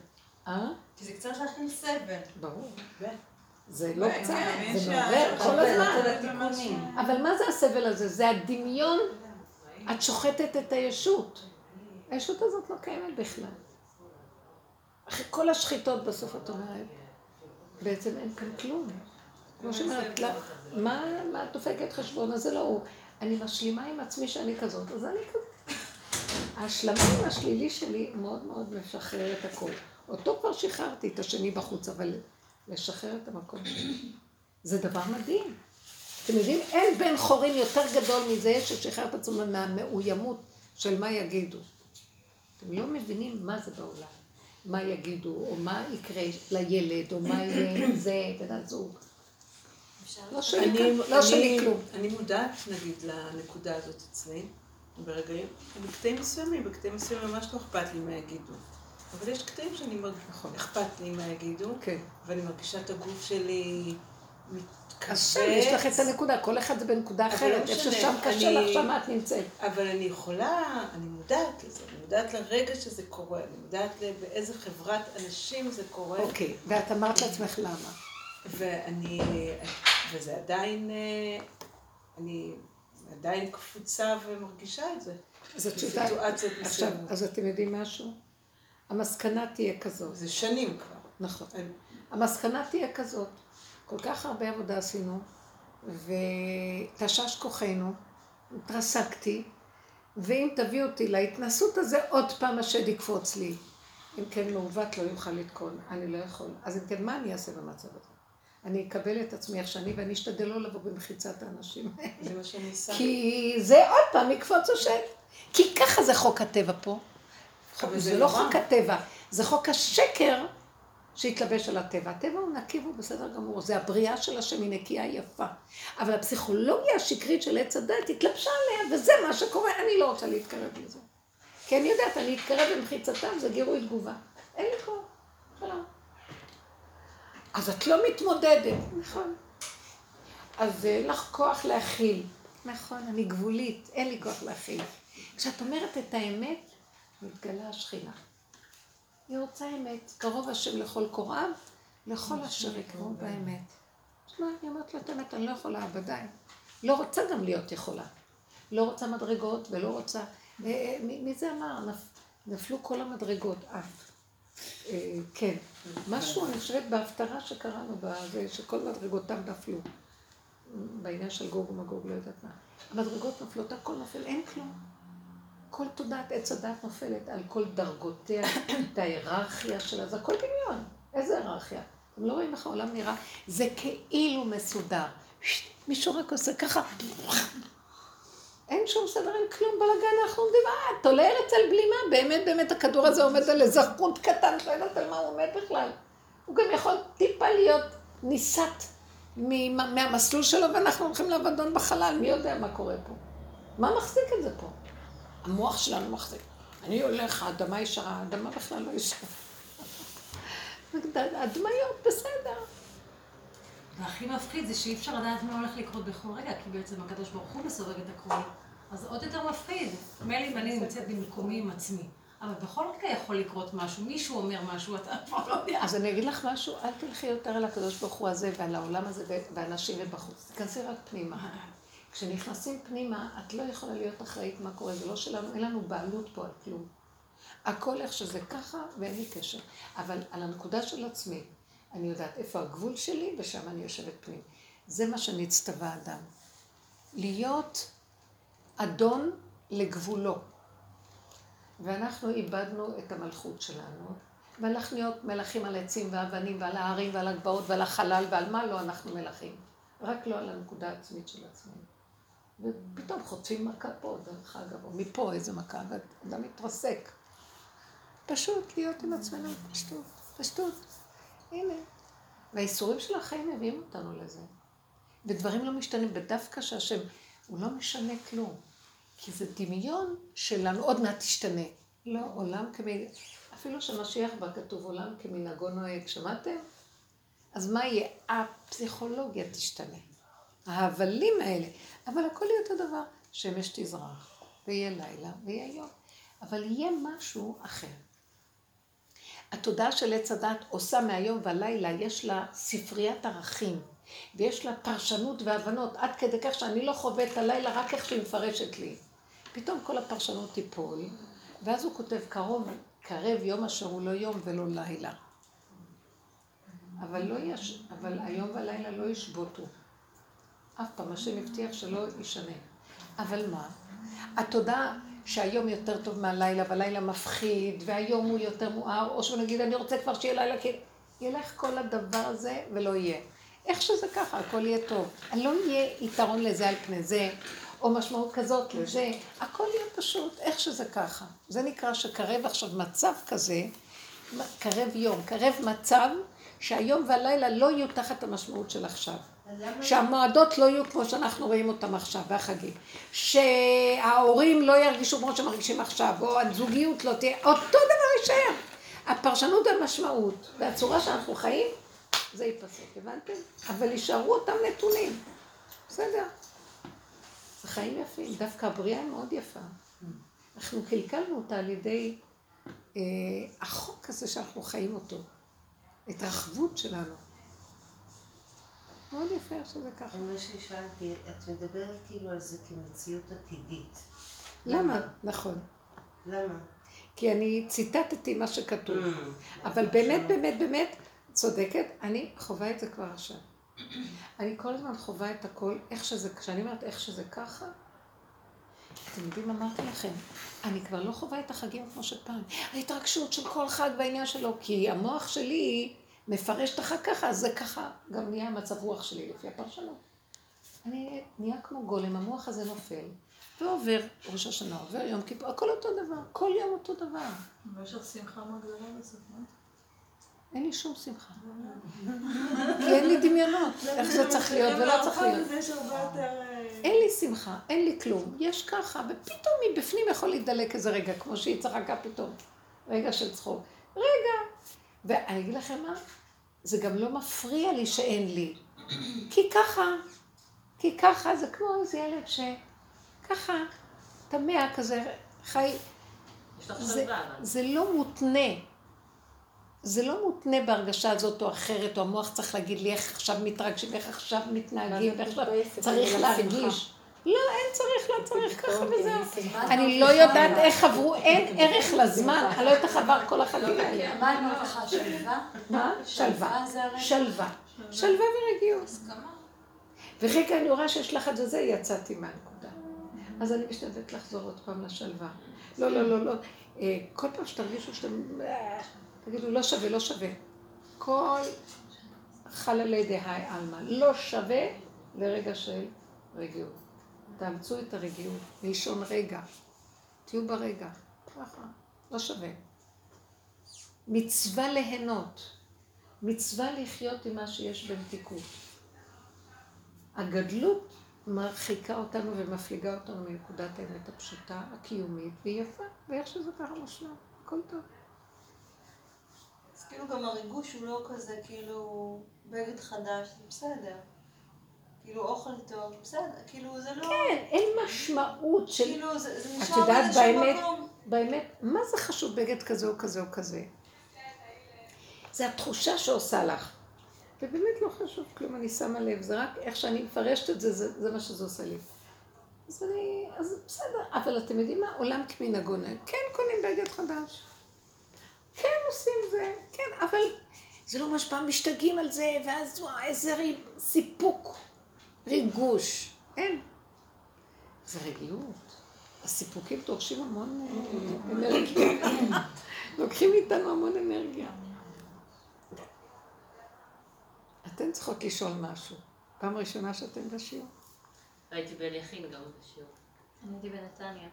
אה? כי זה קצת להכניס סבל. ברור. זה לא קצת, זה שה- מעורר כל הזמן. התיקונים. אבל מה זה הסבל הזה? זה הדמיון. את שוחטת את הישות. הישות הזאת לא קיימת בכלל. אחרי כל השחיטות בסוף את אומרת, בעצם אין כאן כלום. כמו שאומרת, מה את דופקת חשבון? אז זה לא הוא. אני משלימה עם עצמי שאני כזאת, אז אני כזאת. ההשלמה עם השלילי שלי מאוד מאוד משחרר את הכל. אותו כבר שחררתי את השני בחוץ, אבל לשחרר את המקום שלי. זה דבר מדהים. אתם יודעים, אין בן חורים יותר גדול מזה ששחרר את עצמו מהמאוימות של מה יגידו. אתם לא מבינים מה זה בעולם. מה יגידו, או מה יקרה לילד, או מה יהיה עם זה, בן הזוג. לא שלי כלום. אני מודעת, נגיד, לנקודה הזאת אצלי, ברגעים, בקטעים מסוימים, בקטעים מסוימים ממש לא אכפת לי מה יגידו. אבל יש קטעים שאני מרגישה, אכפת לי מה יגידו, ואני מרגישה את הגוף שלי מתכווץ. אז שם יש לך את הנקודה, כל אחד זה בנקודה אחרת, איפה ששם קשה לך, שם את נמצאת. אבל אני יכולה, אני מודעת לזה, אני מודעת לרגע שזה קורה, אני מודעת באיזה חברת אנשים זה קורה. אוקיי, ואת אמרת לעצמך למה? ואני, וזה עדיין, אני עדיין קפוצה ומרגישה את זה. אז את יודעת, עכשיו, אז אתם יודעים משהו? המסקנה תהיה כזאת. זה שנים כבר. נכון. המסקנה תהיה כזאת. כל כך הרבה עבודה עשינו, ותשש כוחנו, התרסקתי, ואם תביא אותי להתנסות הזה, עוד פעם השד יקפוץ לי. אם כן מעוות לא יוכל לתקון, אני לא יכול. אז אם כן, מה אני אעשה במצב הזה? אני אקבל את עצמי איך שאני, ואני אשתדל לא לבוא במחיצת האנשים האלה. זה מה שאני עושה. כי זה עוד פעם יקפוץ השד. כי ככה זה חוק הטבע פה. זה לא חוק הטבע, זה חוק השקר שהתלבש על הטבע. הטבע הוא נקי והוא בסדר גמור, זה הבריאה של השם, היא נקייה יפה. אבל הפסיכולוגיה השקרית של עץ הדת התלבשה עליה, וזה מה שקורה, אני לא רוצה להתקרב לזה. כי אני יודעת, אני אתקרב במחיצתם, זה גירוי תגובה. אין לי כוח, שלום. אז את לא מתמודדת, נכון. אז לך כוח להכיל. נכון, אני גבולית, אין לי כוח להכיל. כשאת אומרת את האמת, מתגלה השכינה. היא רוצה אמת, קרוב השם לכל קוראיו, לכל אשר יקראו באמת. מה, אני אומרת לו את האמת, אני לא יכולה, עבדיי. לא רוצה גם להיות יכולה. לא רוצה מדרגות ולא רוצה... מי זה אמר? נפלו כל המדרגות, אף. כן. משהו, אני חושבת, בהפטרה שקראנו בזה, שכל מדרגותם נפלו. בעניין של גוג ומגוג, לא יודעת מה. המדרגות נפלות, הכל נופל, אין כלום. כל תודעת עץ הדת נופלת על כל דרגותיה, את ההיררכיה שלה, זה הכל דמיון. איזה היררכיה? אתם לא רואים איך העולם נראה? זה כאילו מסודר. מישהו רק עושה ככה, אין שום סדר, אין כלום בלגן, אנחנו עומדים, אה, תולה ארץ על בלימה, באמת, באמת הכדור הזה עומד על איזה חוט קטן, לא יודעת על מה הוא עומד בכלל. הוא גם יכול טיפה להיות ניסת מהמסלול שלו, ואנחנו הולכים לאבדון בחלל, מי יודע מה קורה פה? מה מחזיק את זה פה? המוח שלנו מחזיק. אני הולך, האדמה ישרה, האדמה בכלל לא ישרה. הדמיות, בסדר. והכי מפחיד זה שאי אפשר לדעת מה הולך לקרות בכל רגע, כי בעצם הקדוש ברוך הוא מסובב את הכל. אז עוד יותר מפחיד. מילא אם אני נמצאת במקומי עם עצמי. אבל בכל רגע יכול לקרות משהו, מישהו אומר משהו, אתה כבר לא יודע. אז אני אגיד לך משהו, אל תלכי יותר על הקדוש ברוך הוא הזה ועל העולם הזה ואנשים ובחוץ. תכנסי רק פנימה. כשנכנסים פנימה, את לא יכולה להיות אחראית מה קורה, זה לא שלנו, אין לנו בעלות פה על כלום. הכל איך שזה ככה ואין לי קשר. אבל על הנקודה של עצמי, אני יודעת איפה הגבול שלי ושם אני יושבת פנים. זה מה שנצטווה אדם. להיות אדון לגבולו. ואנחנו איבדנו את המלכות שלנו, והלכנו להיות מלכים על עצים ואבנים ועל ההרים ועל הגבעות ועל החלל ועל מה לא אנחנו מלכים. רק לא על הנקודה העצמית של עצמנו. ופתאום חוטפים מכה פה, דרך אגב, או מפה איזה מכה, ואדם מתרסק. פשוט להיות עם עצמנו, פשטות, פשטות. הנה. והאיסורים של החיים מביאים אותנו לזה. ודברים לא משתנים, בדווקא שהשם, הוא לא משנה כלום. כי זה דמיון שלנו, עוד מעט תשתנה. לא, עולם כמין, אפילו שמשיח בה כתוב עולם כמנהגו נוהג, שמעתם? אז מה יהיה? הפסיכולוגיה תשתנה. ההבלים האלה. אבל הכל יהיה אותו דבר, שמש תזרח, ויהיה לילה, ויהיה יום. אבל יהיה משהו אחר. התודעה של עץ הדת עושה מהיום והלילה, יש לה ספריית ערכים, ויש לה פרשנות והבנות, עד כדי כך שאני לא חווה את הלילה רק איך שהיא מפרשת לי. פתאום כל הפרשנות תיפול, ואז הוא כותב, קרוב, קרב יום אשר הוא לא יום ולא לילה. אבל, לא יש, אבל היום והלילה לא ישבותו. אף פעם, השם הבטיח שלא ישנה. אבל מה? התודעה שהיום יותר טוב מהלילה, והלילה מפחיד, והיום הוא יותר מואר, או שנגיד, אני רוצה כבר שיהיה לילה, כי ילך כל הדבר הזה ולא יהיה. איך שזה ככה, הכל יהיה טוב. לא יהיה יתרון לזה על פני זה, או משמעות כזאת לזה, הכל יהיה פשוט, איך שזה ככה. זה נקרא שקרב עכשיו מצב כזה, קרב יום, קרב מצב, שהיום והלילה לא יהיו תחת המשמעות של עכשיו. שהמועדות לא יהיו כמו שאנחנו רואים אותם עכשיו, והחגים. שההורים לא ירגישו כמו שמרגישים עכשיו, או הזוגיות לא תהיה, אותו דבר יישאר. הפרשנות והמשמעות, והצורה שאנחנו חיים, זה ייפסק, הבנתם? אבל יישארו אותם נתונים. בסדר. זה חיים יפים, דווקא הבריאה היא מאוד יפה. אנחנו קלקלנו אותה על ידי אה, החוק הזה שאנחנו חיים אותו. את האחדות שלנו. מאוד יפה שזה ככה. מה ששאלתי, את מדברת כאילו על זה כמציאות עתידית. למה? נכון. למה? כי אני ציטטתי מה שכתוב. אבל באמת, באמת, באמת, צודקת, אני חווה את זה כבר עכשיו. אני כל הזמן חווה את הכל, איך שזה, כשאני אומרת איך שזה ככה, אתם יודעים, אמרתי לכם, אני כבר לא חווה את החגים כמו שפעם. ההתרגשות של כל חג בעניין שלו, כי המוח שלי מפרש את החג ככה, אז זה ככה, גם נהיה המצב רוח שלי לפי הפרשנות. אני נהיה כמו גולם, המוח הזה נופל, ועובר ראש השנה, עובר יום כיפור, הכל אותו דבר, כל יום אותו דבר. ויש לך שמחה מגדולה בסוף, מה? אין לי שום שמחה. כי אין לי דמיונות, איך זה צריך להיות ולא צריך להיות. אין לי שמחה, אין לי כלום. יש ככה, ופתאום מבפנים יכול להידלק איזה רגע, כמו שהיא צחקה פתאום. רגע של צחוק. רגע. ואני אגיד לכם מה? זה גם לא מפריע לי שאין לי. כי ככה, כי ככה זה כמו איזה ילד שככה, תמה כזה, חי. זה, זה לא מותנה. זה לא מותנה בהרגשה הזאת או אחרת, או המוח צריך להגיד לי איך עכשיו מתרגשים, איך עכשיו מתנהגים, ואיך עכשיו צריך להרגיש. לא, אין צריך, לא צריך ככה וזהו. אני לא יודעת איך עברו, אין ערך לזמן, אני לא יודעת איך עבר כל החגים האלה. מה אמרת לך, שלווה? מה? שלווה. שלווה. שלווה ורגיעות. ורגע אני רואה שיש לך את זה, יצאתי מהנקודה. אז אני משתדלת לחזור עוד פעם לשלווה. לא, לא, לא, לא. כל פעם שתרגישו שאתם... תגידו, לא שווה, לא שווה. כל חללי דהי אלמה, לא שווה לרגע של רגיעות. תאמצו את הרגיעות, מלשון רגע. תהיו ברגע. ככה, לא שווה. מצווה ליהנות. מצווה לחיות עם מה שיש במתיקות. הגדלות מרחיקה אותנו ומפליגה אותנו מנקודת האמת הפשוטה, הקיומית, והיא יפה, ואיך שזה ככה מושלם. הכל טוב. אז כאילו גם הריגוש הוא לא כזה, כאילו, בגד חדש, זה בסדר. כאילו אוכל טוב, בסדר, כאילו זה לא... כן, אין משמעות של... כאילו זה, זה את נשאר יודעת באיזשהו באמת, מקום. באמת, מה זה חשוב בגד כזה או כזה או כזה? זה התחושה שעושה לך. ובאמת לא חשוב כלום, אני שמה לב, זה רק איך שאני מפרשת את זה, זה, זה מה שזה עושה לי. אז אני, אז בסדר, אבל אתם יודעים מה? עולם כמנהגו נוהג. כן, קונים בגד חדש. כן, עושים זה, כן, אבל זה לא ממש פעם משתגעים על זה, ואז וואי, איזה ריב, סיפוק, ריגוש. אין. זה רגיעות. הסיפוקים דורשים המון אנרגיה. לוקחים איתנו המון אנרגיה. אתן צריכות לשאול משהו. פעם ראשונה שאתן בשיעור? הייתי באליכין גם בשיעור. אני הייתי בנתניה.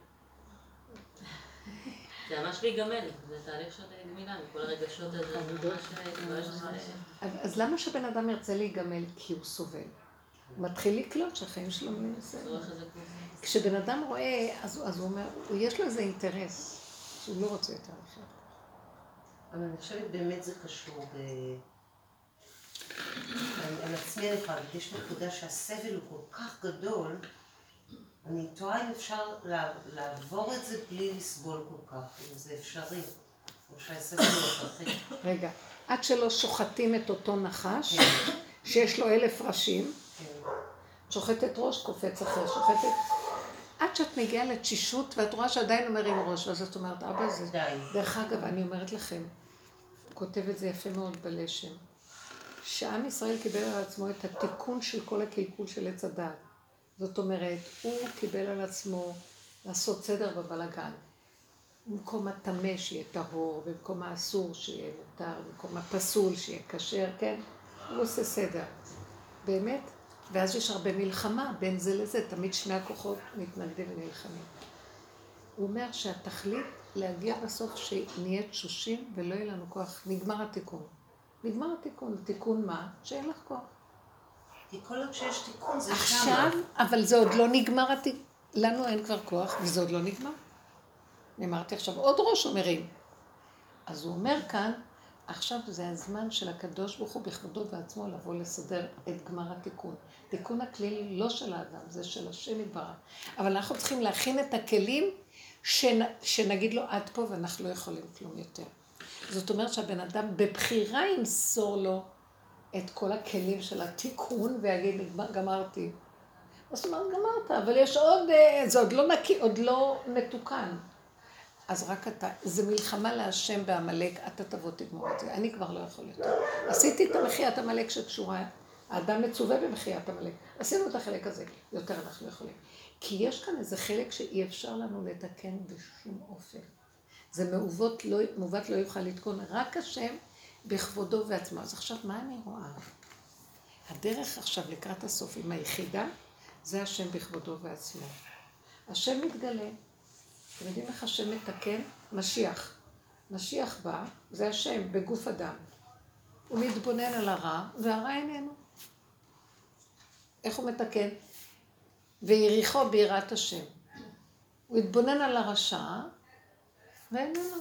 זה ממש להיגמל, זה תהליך של גמילה, מכל הרגשות הזה, ממש... אז למה שבן אדם ירצה להיגמל? כי הוא סובל. הוא מתחיל לקלוט שהחיים שלו מנסה. כשבן אדם רואה, אז הוא אומר, יש לו איזה אינטרס, שהוא לא רוצה יותר לחיות. אבל אני חושבת באמת זה קשור ב... על עצמי אני יכולה, יש נקודה שהסבל הוא כל כך גדול, אני תוהה אם אפשר לעבור את זה בלי לסבול כל כך, אם זה אפשרי. רגע, עד שלא שוחטים את אותו נחש, שיש לו אלף ראשים, שוחטת ראש, קופץ אחר, שוחטת... עד שאת מגיעה לתשישות, ואת רואה שעדיין אומרים ראש, ואז את אומרת, אבא זה... דרך אגב, אני אומרת לכם, כותב את זה יפה מאוד בלשם, שעם ישראל קיבל על עצמו את התיקון של כל הקלקול של עץ הדעת. זאת אומרת, הוא קיבל על עצמו לעשות סדר בבלגן. במקום הטמא שיהיה טהור, במקום האסור שיהיה מותר, במקום הפסול שיהיה כשר, כן? הוא עושה סדר. באמת? ואז יש הרבה מלחמה בין זה לזה, תמיד שני הכוחות מתנגדים ונלחמים. הוא אומר שהתכלית להגיע בסוף שנהיה תשושים ולא יהיה לנו כוח, נגמר התיקון. נגמר התיקון, תיקון מה? שאין לך כוח. כי כל עוד שיש תיקון זה שם. עכשיו, אבל זה עוד לא נגמר התיקון, לנו אין כבר כוח וזה עוד לא נגמר. אני אמרתי עכשיו, עוד ראש אומרים. אז הוא אומר כאן, עכשיו זה הזמן של הקדוש ברוך הוא בכבודו בעצמו לבוא לסדר את גמר התיקון. תיקון הכלילי לא של האדם, זה של השם יתברך. אבל אנחנו צריכים להכין את הכלים שנ... שנגיד לו עד פה ואנחנו לא יכולים כלום יותר. זאת אומרת שהבן אדם בבחירה ימסור לו את כל הכלים של התיקון ויגיד, גמרתי. זאת אומרת, גמרת, אבל יש עוד, זה עוד לא נקי, עוד לא מתוקן. אז רק אתה, זה מלחמה להשם בעמלק, אתה תבוא תגמור את זה, אני כבר לא יכול יותר. עשיתי את המחיית עמלק שקשורה, האדם מצווה במחיית עמלק, עשינו את החלק הזה, יותר אנחנו יכולים. כי יש כאן איזה חלק שאי אפשר לנו לתקן בשום אופן. זה מעוות לא, מעוות לא יוכל לתקון, רק השם בכבודו ועצמו. אז עכשיו מה אני רואה? הדרך עכשיו לקראת הסוף עם היחידה, זה השם בכבודו ועצמו. השם מתגלה. אתם יודעים איך השם מתקן? משיח. משיח בא, זה השם בגוף אדם. הוא מתבונן על הרע, והרע איננו. איך הוא מתקן? ויריחו ביראת השם. הוא התבונן על הרשע, ואיננו.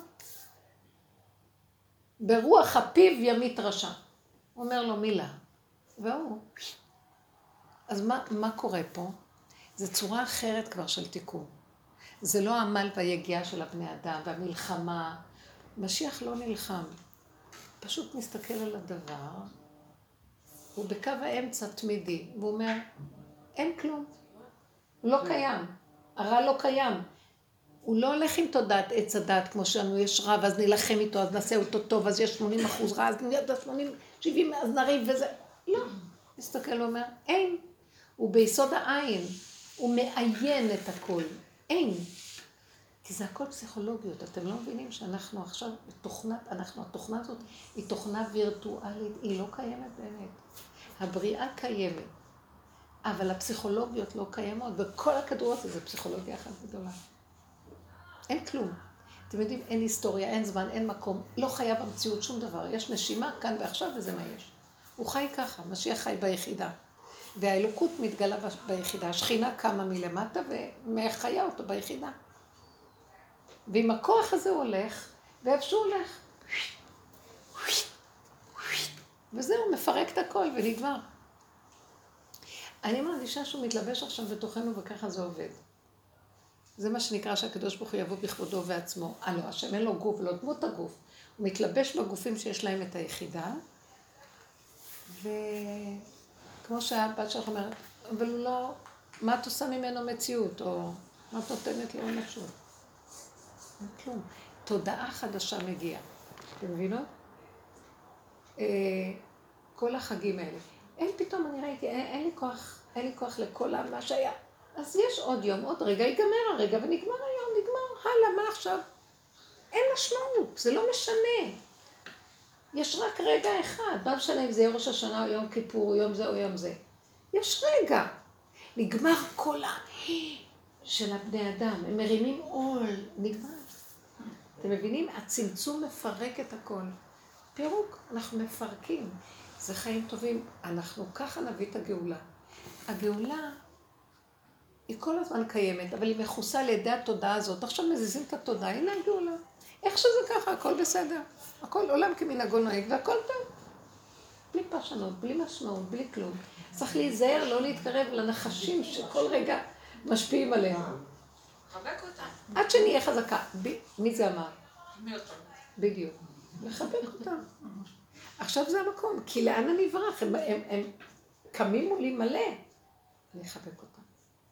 ברוח הפיו ימית רשע. הוא אומר לו מילה. והוא. אז מה, מה קורה פה? זו צורה אחרת כבר של תיקון. זה לא העמל והיגיעה של הבני אדם והמלחמה. משיח לא נלחם. פשוט מסתכל על הדבר, הוא בקו האמצע תמידי, והוא אומר, אין כלום. הוא לא קיים. הרע לא קיים. הוא לא הולך עם תודעת עץ הדת, כמו שלנו יש רע, ואז נלחם איתו, אז נעשה אותו טוב, אז יש שמונים אחוז רע, אז נהיה שמונים, שבעים, אז נריב וזה. לא. מסתכל, הוא אומר, אין. הוא ביסוד העין. הוא מעיין את הכל. אין. כי זה הכל פסיכולוגיות. אתם לא מבינים שאנחנו עכשיו, תוכנת, אנחנו, התוכנה הזאת היא תוכנה וירטואלית, היא לא קיימת באמת. הבריאה קיימת, אבל הפסיכולוגיות לא קיימות, וכל הכדור הזה זה פסיכולוגיה אחת גדולה. אין כלום. אתם יודעים, אין היסטוריה, אין זמן, אין מקום, לא חיה במציאות שום דבר. יש נשימה כאן ועכשיו וזה מה יש. הוא חי ככה, משיח חי ביחידה. והאלוקות מתגלה ביחידה. השכינה קמה מלמטה ומחיה אותו ביחידה. ועם הכוח הזה הוא הולך, ואיפה שהוא הולך. וזהו, מפרק את הכל ונגמר. אני מרגישה שהוא מתלבש עכשיו בתוכנו וככה זה עובד. זה מה שנקרא שהקדוש ברוך הוא יבוא בכבודו ועצמו. אה לא, השם אין לו גוף, לא דמות הגוף. הוא מתלבש בגופים שיש להם את היחידה. וכמו שהבת שלך אומרת, אבל הוא לא, מה את עושה ממנו מציאות, או מה את נותנת לו משהו? אין כלום. תודעה חדשה מגיעה. אתם מבינות? כל החגים האלה. אין פתאום, אני ראיתי, אין, אין לי כוח, אין לי כוח לכל מה שהיה. אז יש עוד יום, עוד רגע, ייגמר הרגע, ונגמר היום, נגמר, הלאה, מה עכשיו? אין משמעות, זה לא משנה. יש רק רגע אחד, מה משנה אם זה יום ראש השנה, או יום כיפור, או יום זה, או יום זה. יש רגע. נגמר כל ה... של הבני אדם, הם מרימים עול, נגמר. אתם מבינים? הצמצום מפרק את הכל. פירוק, אנחנו מפרקים. זה חיים טובים. אנחנו ככה נביא את הגאולה. הגאולה היא כל הזמן קיימת, אבל היא מכוסה על ידי התודעה הזאת. עכשיו מזיזים את התודעה, הנה הגאולה. איך שזה ככה, הכל בסדר. הכל עולם כמנהגו נוהג, והכל טוב. בלי פרשנות, בלי משמעות, בלי כלום. צריך להיזהר, לא להתקרב לנחשים שכל רגע משפיעים עליהם. חבק אותה. עד שנהיה חזקה. מי זה אמר? מי אותו? בדיוק. לחבק אותם. עכשיו זה המקום, כי לאן אני אברח? הם, הם, הם קמים מולי מלא. אני אחבק אותם.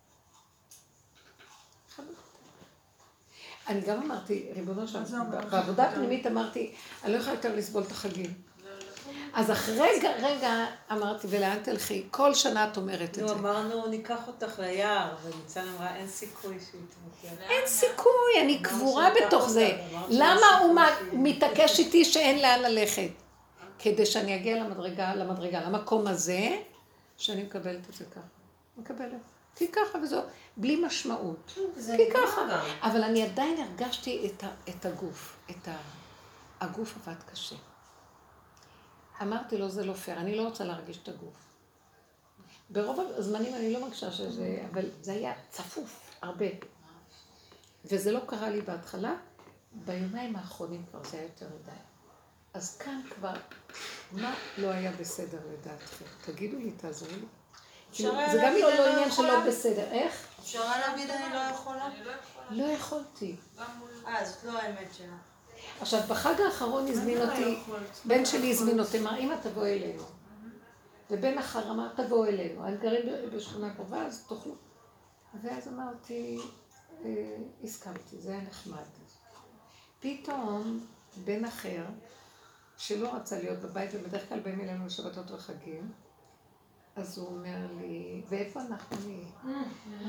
אחבק אותם. אני גם אמרתי, ריבונו שם, בעבודה הפנימית אמרתי, אני לא יכולה יותר לסבול את החגים. אז אחרי רגע, רגע אמרתי, ולאן תלכי? כל שנה את אומרת את זה. נו, אמרנו, ניקח אותך ליער, וניצן אמרה, אין סיכוי שהיא תמותר. אין סיכוי, אני קבורה בתוך זה. למה הוא מתעקש איתי שאין לאן ללכת? כדי שאני אגיע למדרגה, למדרגה, למקום הזה, שאני מקבלת את זה ככה. מקבלת. כי ככה וזו, בלי משמעות. כי ככה. אבל אני עדיין הרגשתי את הגוף, את הגוף עבד קשה. אמרתי לו, זה לא פייר, אני לא רוצה להרגיש את הגוף. ברוב הזמנים אני לא מרגישה שזה, אבל זה היה צפוף, הרבה. וזה לא קרה לי בהתחלה, ביומיים האחרונים כבר זה היה יותר מדי. אז כאן כבר, מה לא היה בסדר לדעתכם? תגידו לי, תעזרו לי. זה גם לא עניין שלא בסדר. איך? אפשר להגיד אני לא יכולה? לא יכולתי. אה, זאת לא האמת שלה. עכשיו, בחג האחרון הזמין אותי, בן שלי הזמין אותי, אמר, אמא תבוא אלינו. ובן אחר אמר, תבוא אלינו. אני גרים בשכונה קרובה, אז תוכלו. ואז אמרתי, הסכמתי, זה היה נחמד. פתאום, בן אחר, שלא רצה להיות בבית, ובדרך כלל באים אלינו לשבתות וחגים, אז הוא אומר לי, ואיפה אנחנו נהיה?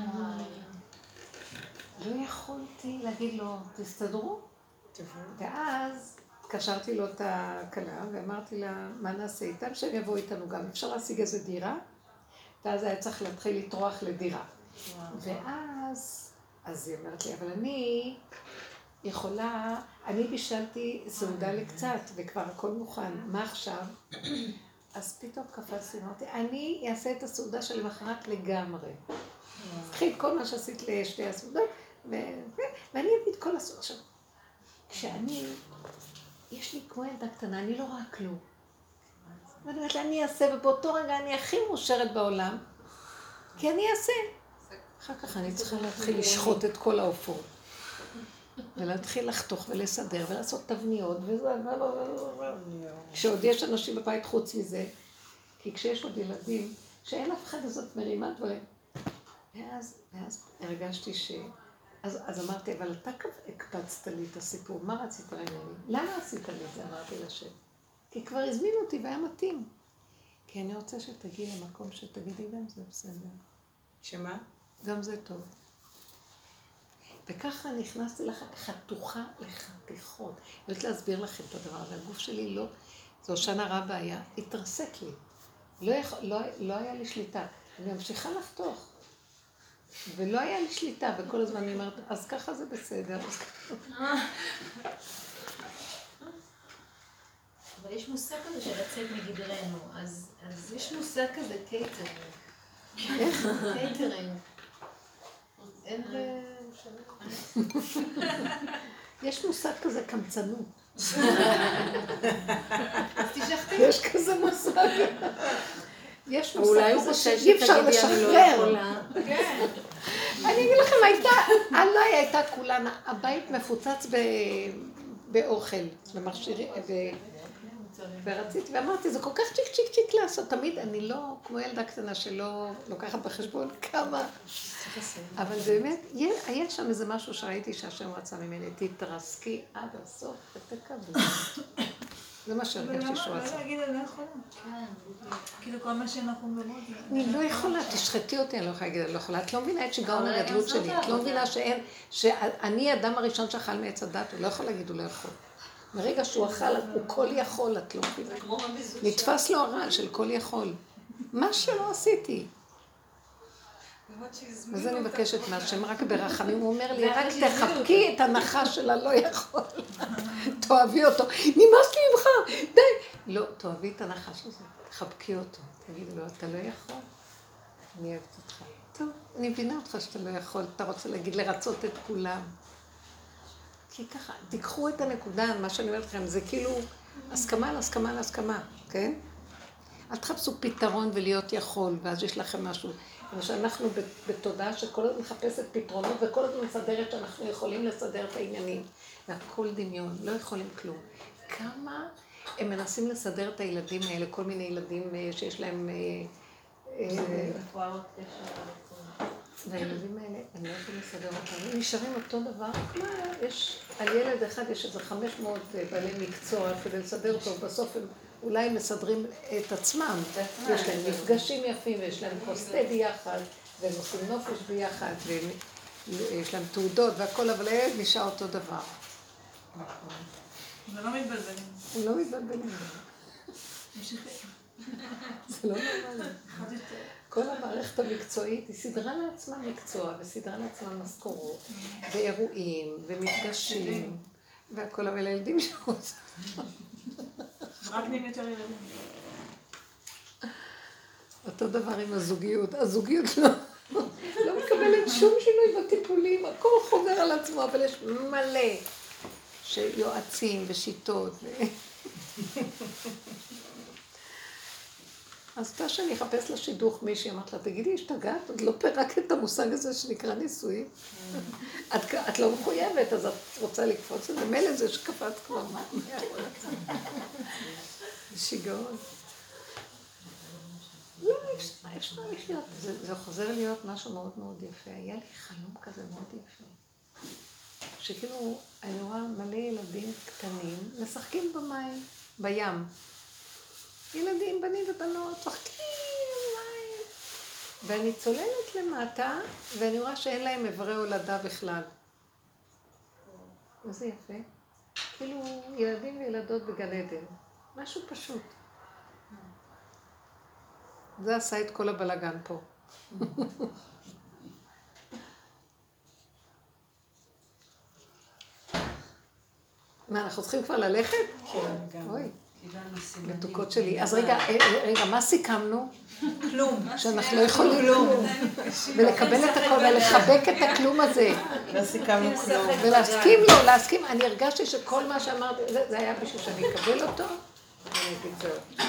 לא יכולתי להגיד לו, תסתדרו. ואז קשרתי לו את הכלה ואמרתי לה, מה נעשה איתם? שהם יבואו איתנו גם, אפשר להשיג איזה דירה? ואז היה צריך להתחיל לטרוח לדירה. ואז, אז היא אומרת לי, אבל אני יכולה, אני בישלתי סעודה לקצת וכבר הכל מוכן, מה עכשיו? אז פתאום קפצתי, אמרתי, אני אעשה את הסעודה של למחרת לגמרי. קחי את כל מה שעשית לשתי הסעודות, ואני אביא את כל הסעודה עכשיו. כשאני, יש לי כמו ילדה קטנה, אני לא רואה כלום. ואני אומרת לה, אני אעשה, ובאותו רגע אני הכי מאושרת בעולם, כי אני אעשה. אחר כך אני צריכה להתחיל לשחוט את כל העופות. ולהתחיל לחתוך ולסדר ולעשות תבניות וזה, כשעוד יש אנשים בבית חוץ מזה, כי כשיש עוד ילדים, שאין אף אחד הזאת מרימה דברים. ואז, ואז הרגשתי ש... אז, אז אמרתי, אבל אתה הקפצת לי את הסיפור, מה רצית ממני? למה עשית לי את זה? אמרתי לשם. כי כבר הזמינו אותי והיה מתאים. כי אני רוצה שתגיעי למקום שתגידי גם זה בסדר. שמה? גם זה טוב. וככה נכנסתי לך חתוכה לחתיכות. אני רוצה להסביר לכם את הדבר הזה. הגוף שלי לא, זו שנה רבה היה, התרסק לי. לא, לא, לא היה לי שליטה. אני ממשיכה לחתוך. ולא היה לי שליטה, וכל הזמן אני אומרת, אז ככה זה בסדר. אבל יש מושג כזה של לצאת מגדרנו, אז יש מושג כזה קייטרינג. איך? קייטרינג. אין ב... יש מושג כזה קמצנות. אז תשכתי. יש כזה מושג. יש מושג אולי הוא כזה חושב שאי אפשר שתגידי אני לא לשחרר. יכולה. כן. אני אגיד לכם, הייתה, עליי הייתה כולנה, הבית מפוצץ באוכל, במכשירים, ורציתי, ואמרתי, זה כל כך צ'יק צ'יק צ'יק לעשות, תמיד אני לא, כמו ילדה קטנה שלא לוקחת בחשבון כמה, אבל באמת, היה שם איזה משהו שראיתי שהשם רצה ממני, תתרסקי עד הסוף ותקבלי. זה מה שהרגשתי שהוא רצה. לא להגיד, אני לא יכולה. כאילו כל מה שאנחנו מדברות. אני לא יכולה, תשחטי אותי, אני לא יכולה להגיד, אני לא יכולה. את לא מבינה את שיגעון הגדלות שלי, את לא מבינה שאין, שאני האדם הראשון שאכל מעץ הדת, הוא לא יכול להגיד, הוא לא יכול. מרגע שהוא אכל, הוא כל יכול, את לא מבינה. נתפס לו הרעל של כל יכול. מה שלא עשיתי. אז אני מבקשת מהשם רק ברחמים, הוא אומר לי, רק תחבקי את הנחש של הלא יכול. תאהבי אותו. נמאס לי ממך, די. לא, תאהבי את הנחש הזה, תחבקי אותו. תגידי לו, אתה לא יכול? אני אוהבת אותך. טוב, אני מבינה אותך שאתה לא יכול, אתה רוצה להגיד לרצות את כולם. כי ככה, תיקחו את הנקודה, מה שאני אומרת לכם, זה כאילו הסכמה על הסכמה על הסכמה, כן? אל תחפשו פתרון ולהיות יכול, ואז יש לכם משהו. ושאנחנו בתודעה שכל הזמן מחפשת פתרונות וכל הזמן מסדרת שאנחנו יכולים לסדר את העניינים. והכל דמיון, לא יכולים כלום. כמה הם מנסים לסדר את הילדים האלה, כל מיני ילדים שיש להם... והילדים האלה, הם לא יכולים לסדר אותם. הם נשארים אותו דבר. מה, יש... על ילד אחד יש איזה חמש מאות בעלי מקצוע כדי לסדר אותו, בסוף הם אולי מסדרים את עצמם. יש להם מפגשים יפים, ויש להם כוס תה ביחד, והם עושים נופש ביחד, ויש להם תעודות והכל, אבל הילד נשאר אותו דבר. ולא מתבלבלים. הוא לא מתבלבלים. זה לא נורמלי. כל המערכת המקצועית היא סדרה לעצמה מקצוע, וסדרה לעצמה משכורות, ואירועים, ומפגשים, והכל, אבל הילדים שעושה. רק נהיים יותר ילדים. אותו דבר עם הזוגיות. הזוגיות לא, לא מקבלת שום שינוי בטיפולים, הכל חוזר על עצמו, אבל יש מלא שיועצים ושיטות. אז אתה שאני אחפש לשידוך מישהי, אמרת לה, תגידי, השתגעת? עוד לא פירקת את המושג הזה שנקרא נישואים? את, את לא מחויבת, אז את רוצה לקפוץ את זה, מילא זה שקפת כבר, מה? שיגעון. לא, אפשר לחיות, זה, זה חוזר להיות משהו מאוד מאוד יפה. היה לי חלום כזה מאוד יפה. שכאילו, אני רואה מלא ילדים קטנים, משחקים במים, בים. ילדים, בנים ובנות, צוחקים מים. ואני צוללת למטה, ואני רואה שאין להם איברי הולדה בכלל. וזה יפה. כאילו, ילדים וילדות בגן עדן. משהו פשוט. זה עשה את כל הבלגן פה. מה, אנחנו צריכים כבר ללכת? כן, אוי. קיבלנו סימנים. מתוקות שלי. אז רגע, רגע, מה סיכמנו? כלום. שאנחנו לא יכולים כלום. ולקבל את הכל ולחבק את הכלום הזה. לא סיכמנו כלום. ולהסכים לו, להסכים. אני הרגשתי שכל מה שאמרתי, זה היה בשביל שאני אקבל אותו. ואני אגיד זהו.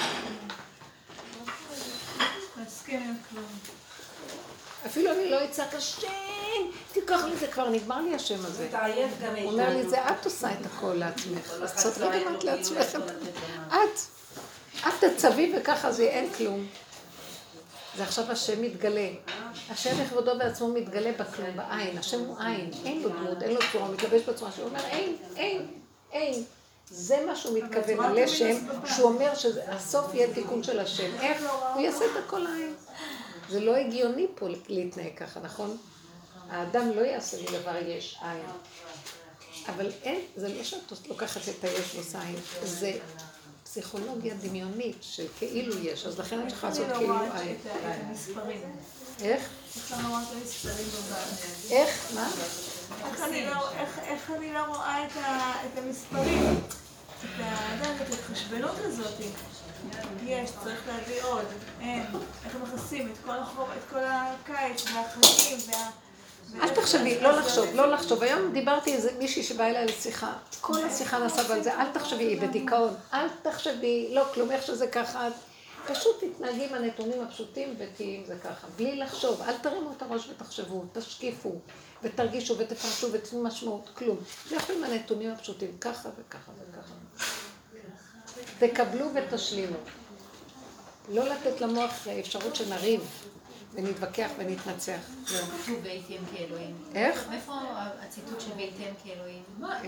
להסכים עם כלום. אפילו אני לא אצעק השם, תיקח לי, זה כבר נגמר לי השם הזה. תעייף גם הוא אומר לי, זה את עושה את הכל לעצמך. אז צודקי גם את לעצמך. את. את תצבי וככה זה אין כלום. זה עכשיו השם מתגלה. השם לכבודו בעצמו מתגלה בכלום, בעין. השם הוא עין. אין לו דמות, אין לו צורה, הוא מתלבש בצורה שהוא אומר, אין, אין, אין. זה מה שהוא מתכוון על השם, שהוא אומר שהסוף יהיה תיקון של השם. איך? הוא יעשה את הכל העין. זה לא הגיוני פה להתנהג ככה, נכון? האדם לא יעשה מדבר יש עין. אבל אין, זה לא שאת לוקחת את היש ועושה עין. זה פסיכולוגיה דמיונית של כאילו יש, אז לכן אני צריכה לעשות כאילו עין. את המספרים. איך? איך אני לא רואה את המספרים בבית? איך? מה? איך אני לא רואה את המספרים? את ההתחשבנות הזאת. יש, צריך להביא עוד. אין. איך מכסים את כל החור, את כל הקיץ והחגים וה... אל תחשבי, לא לחשוב, לא לחשוב. היום דיברתי איזה מישהי שבאה אליי לשיחה. כל השיחה נסעה על זה, אל תחשבי, היא בדיכאון. אל תחשבי, לא כלום, איך שזה ככה. פשוט תתנהגי עם הנתונים הפשוטים ותהיי עם זה ככה. בלי לחשוב, אל תרימו את הראש ותחשבו, תשקיפו ותרגישו ותפרשו ותתנו משמעות, כלום. לכו עם הנתונים הפשוטים, ככה וככה וככה. תקבלו ותשלימו. לא לתת למוח אפשרות שנריב ונתווכח ונתנצח. זהו, כתוב והייתם כאלוהים. איך? מאיפה הציטוט של והייתם כאלוהים?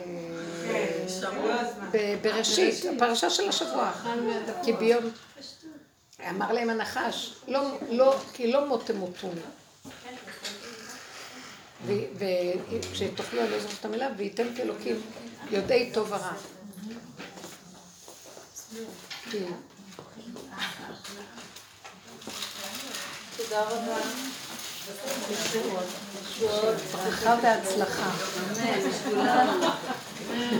בראשית, הפרשה של השבוע. כי ביום... אמר להם הנחש, כי לא מות תמותון. וכשתוכלו, אני לא זוכרת את המילה, והייתם כאלוקים יודעי טוב ורע. תודה רבה. ברכה והצלחה.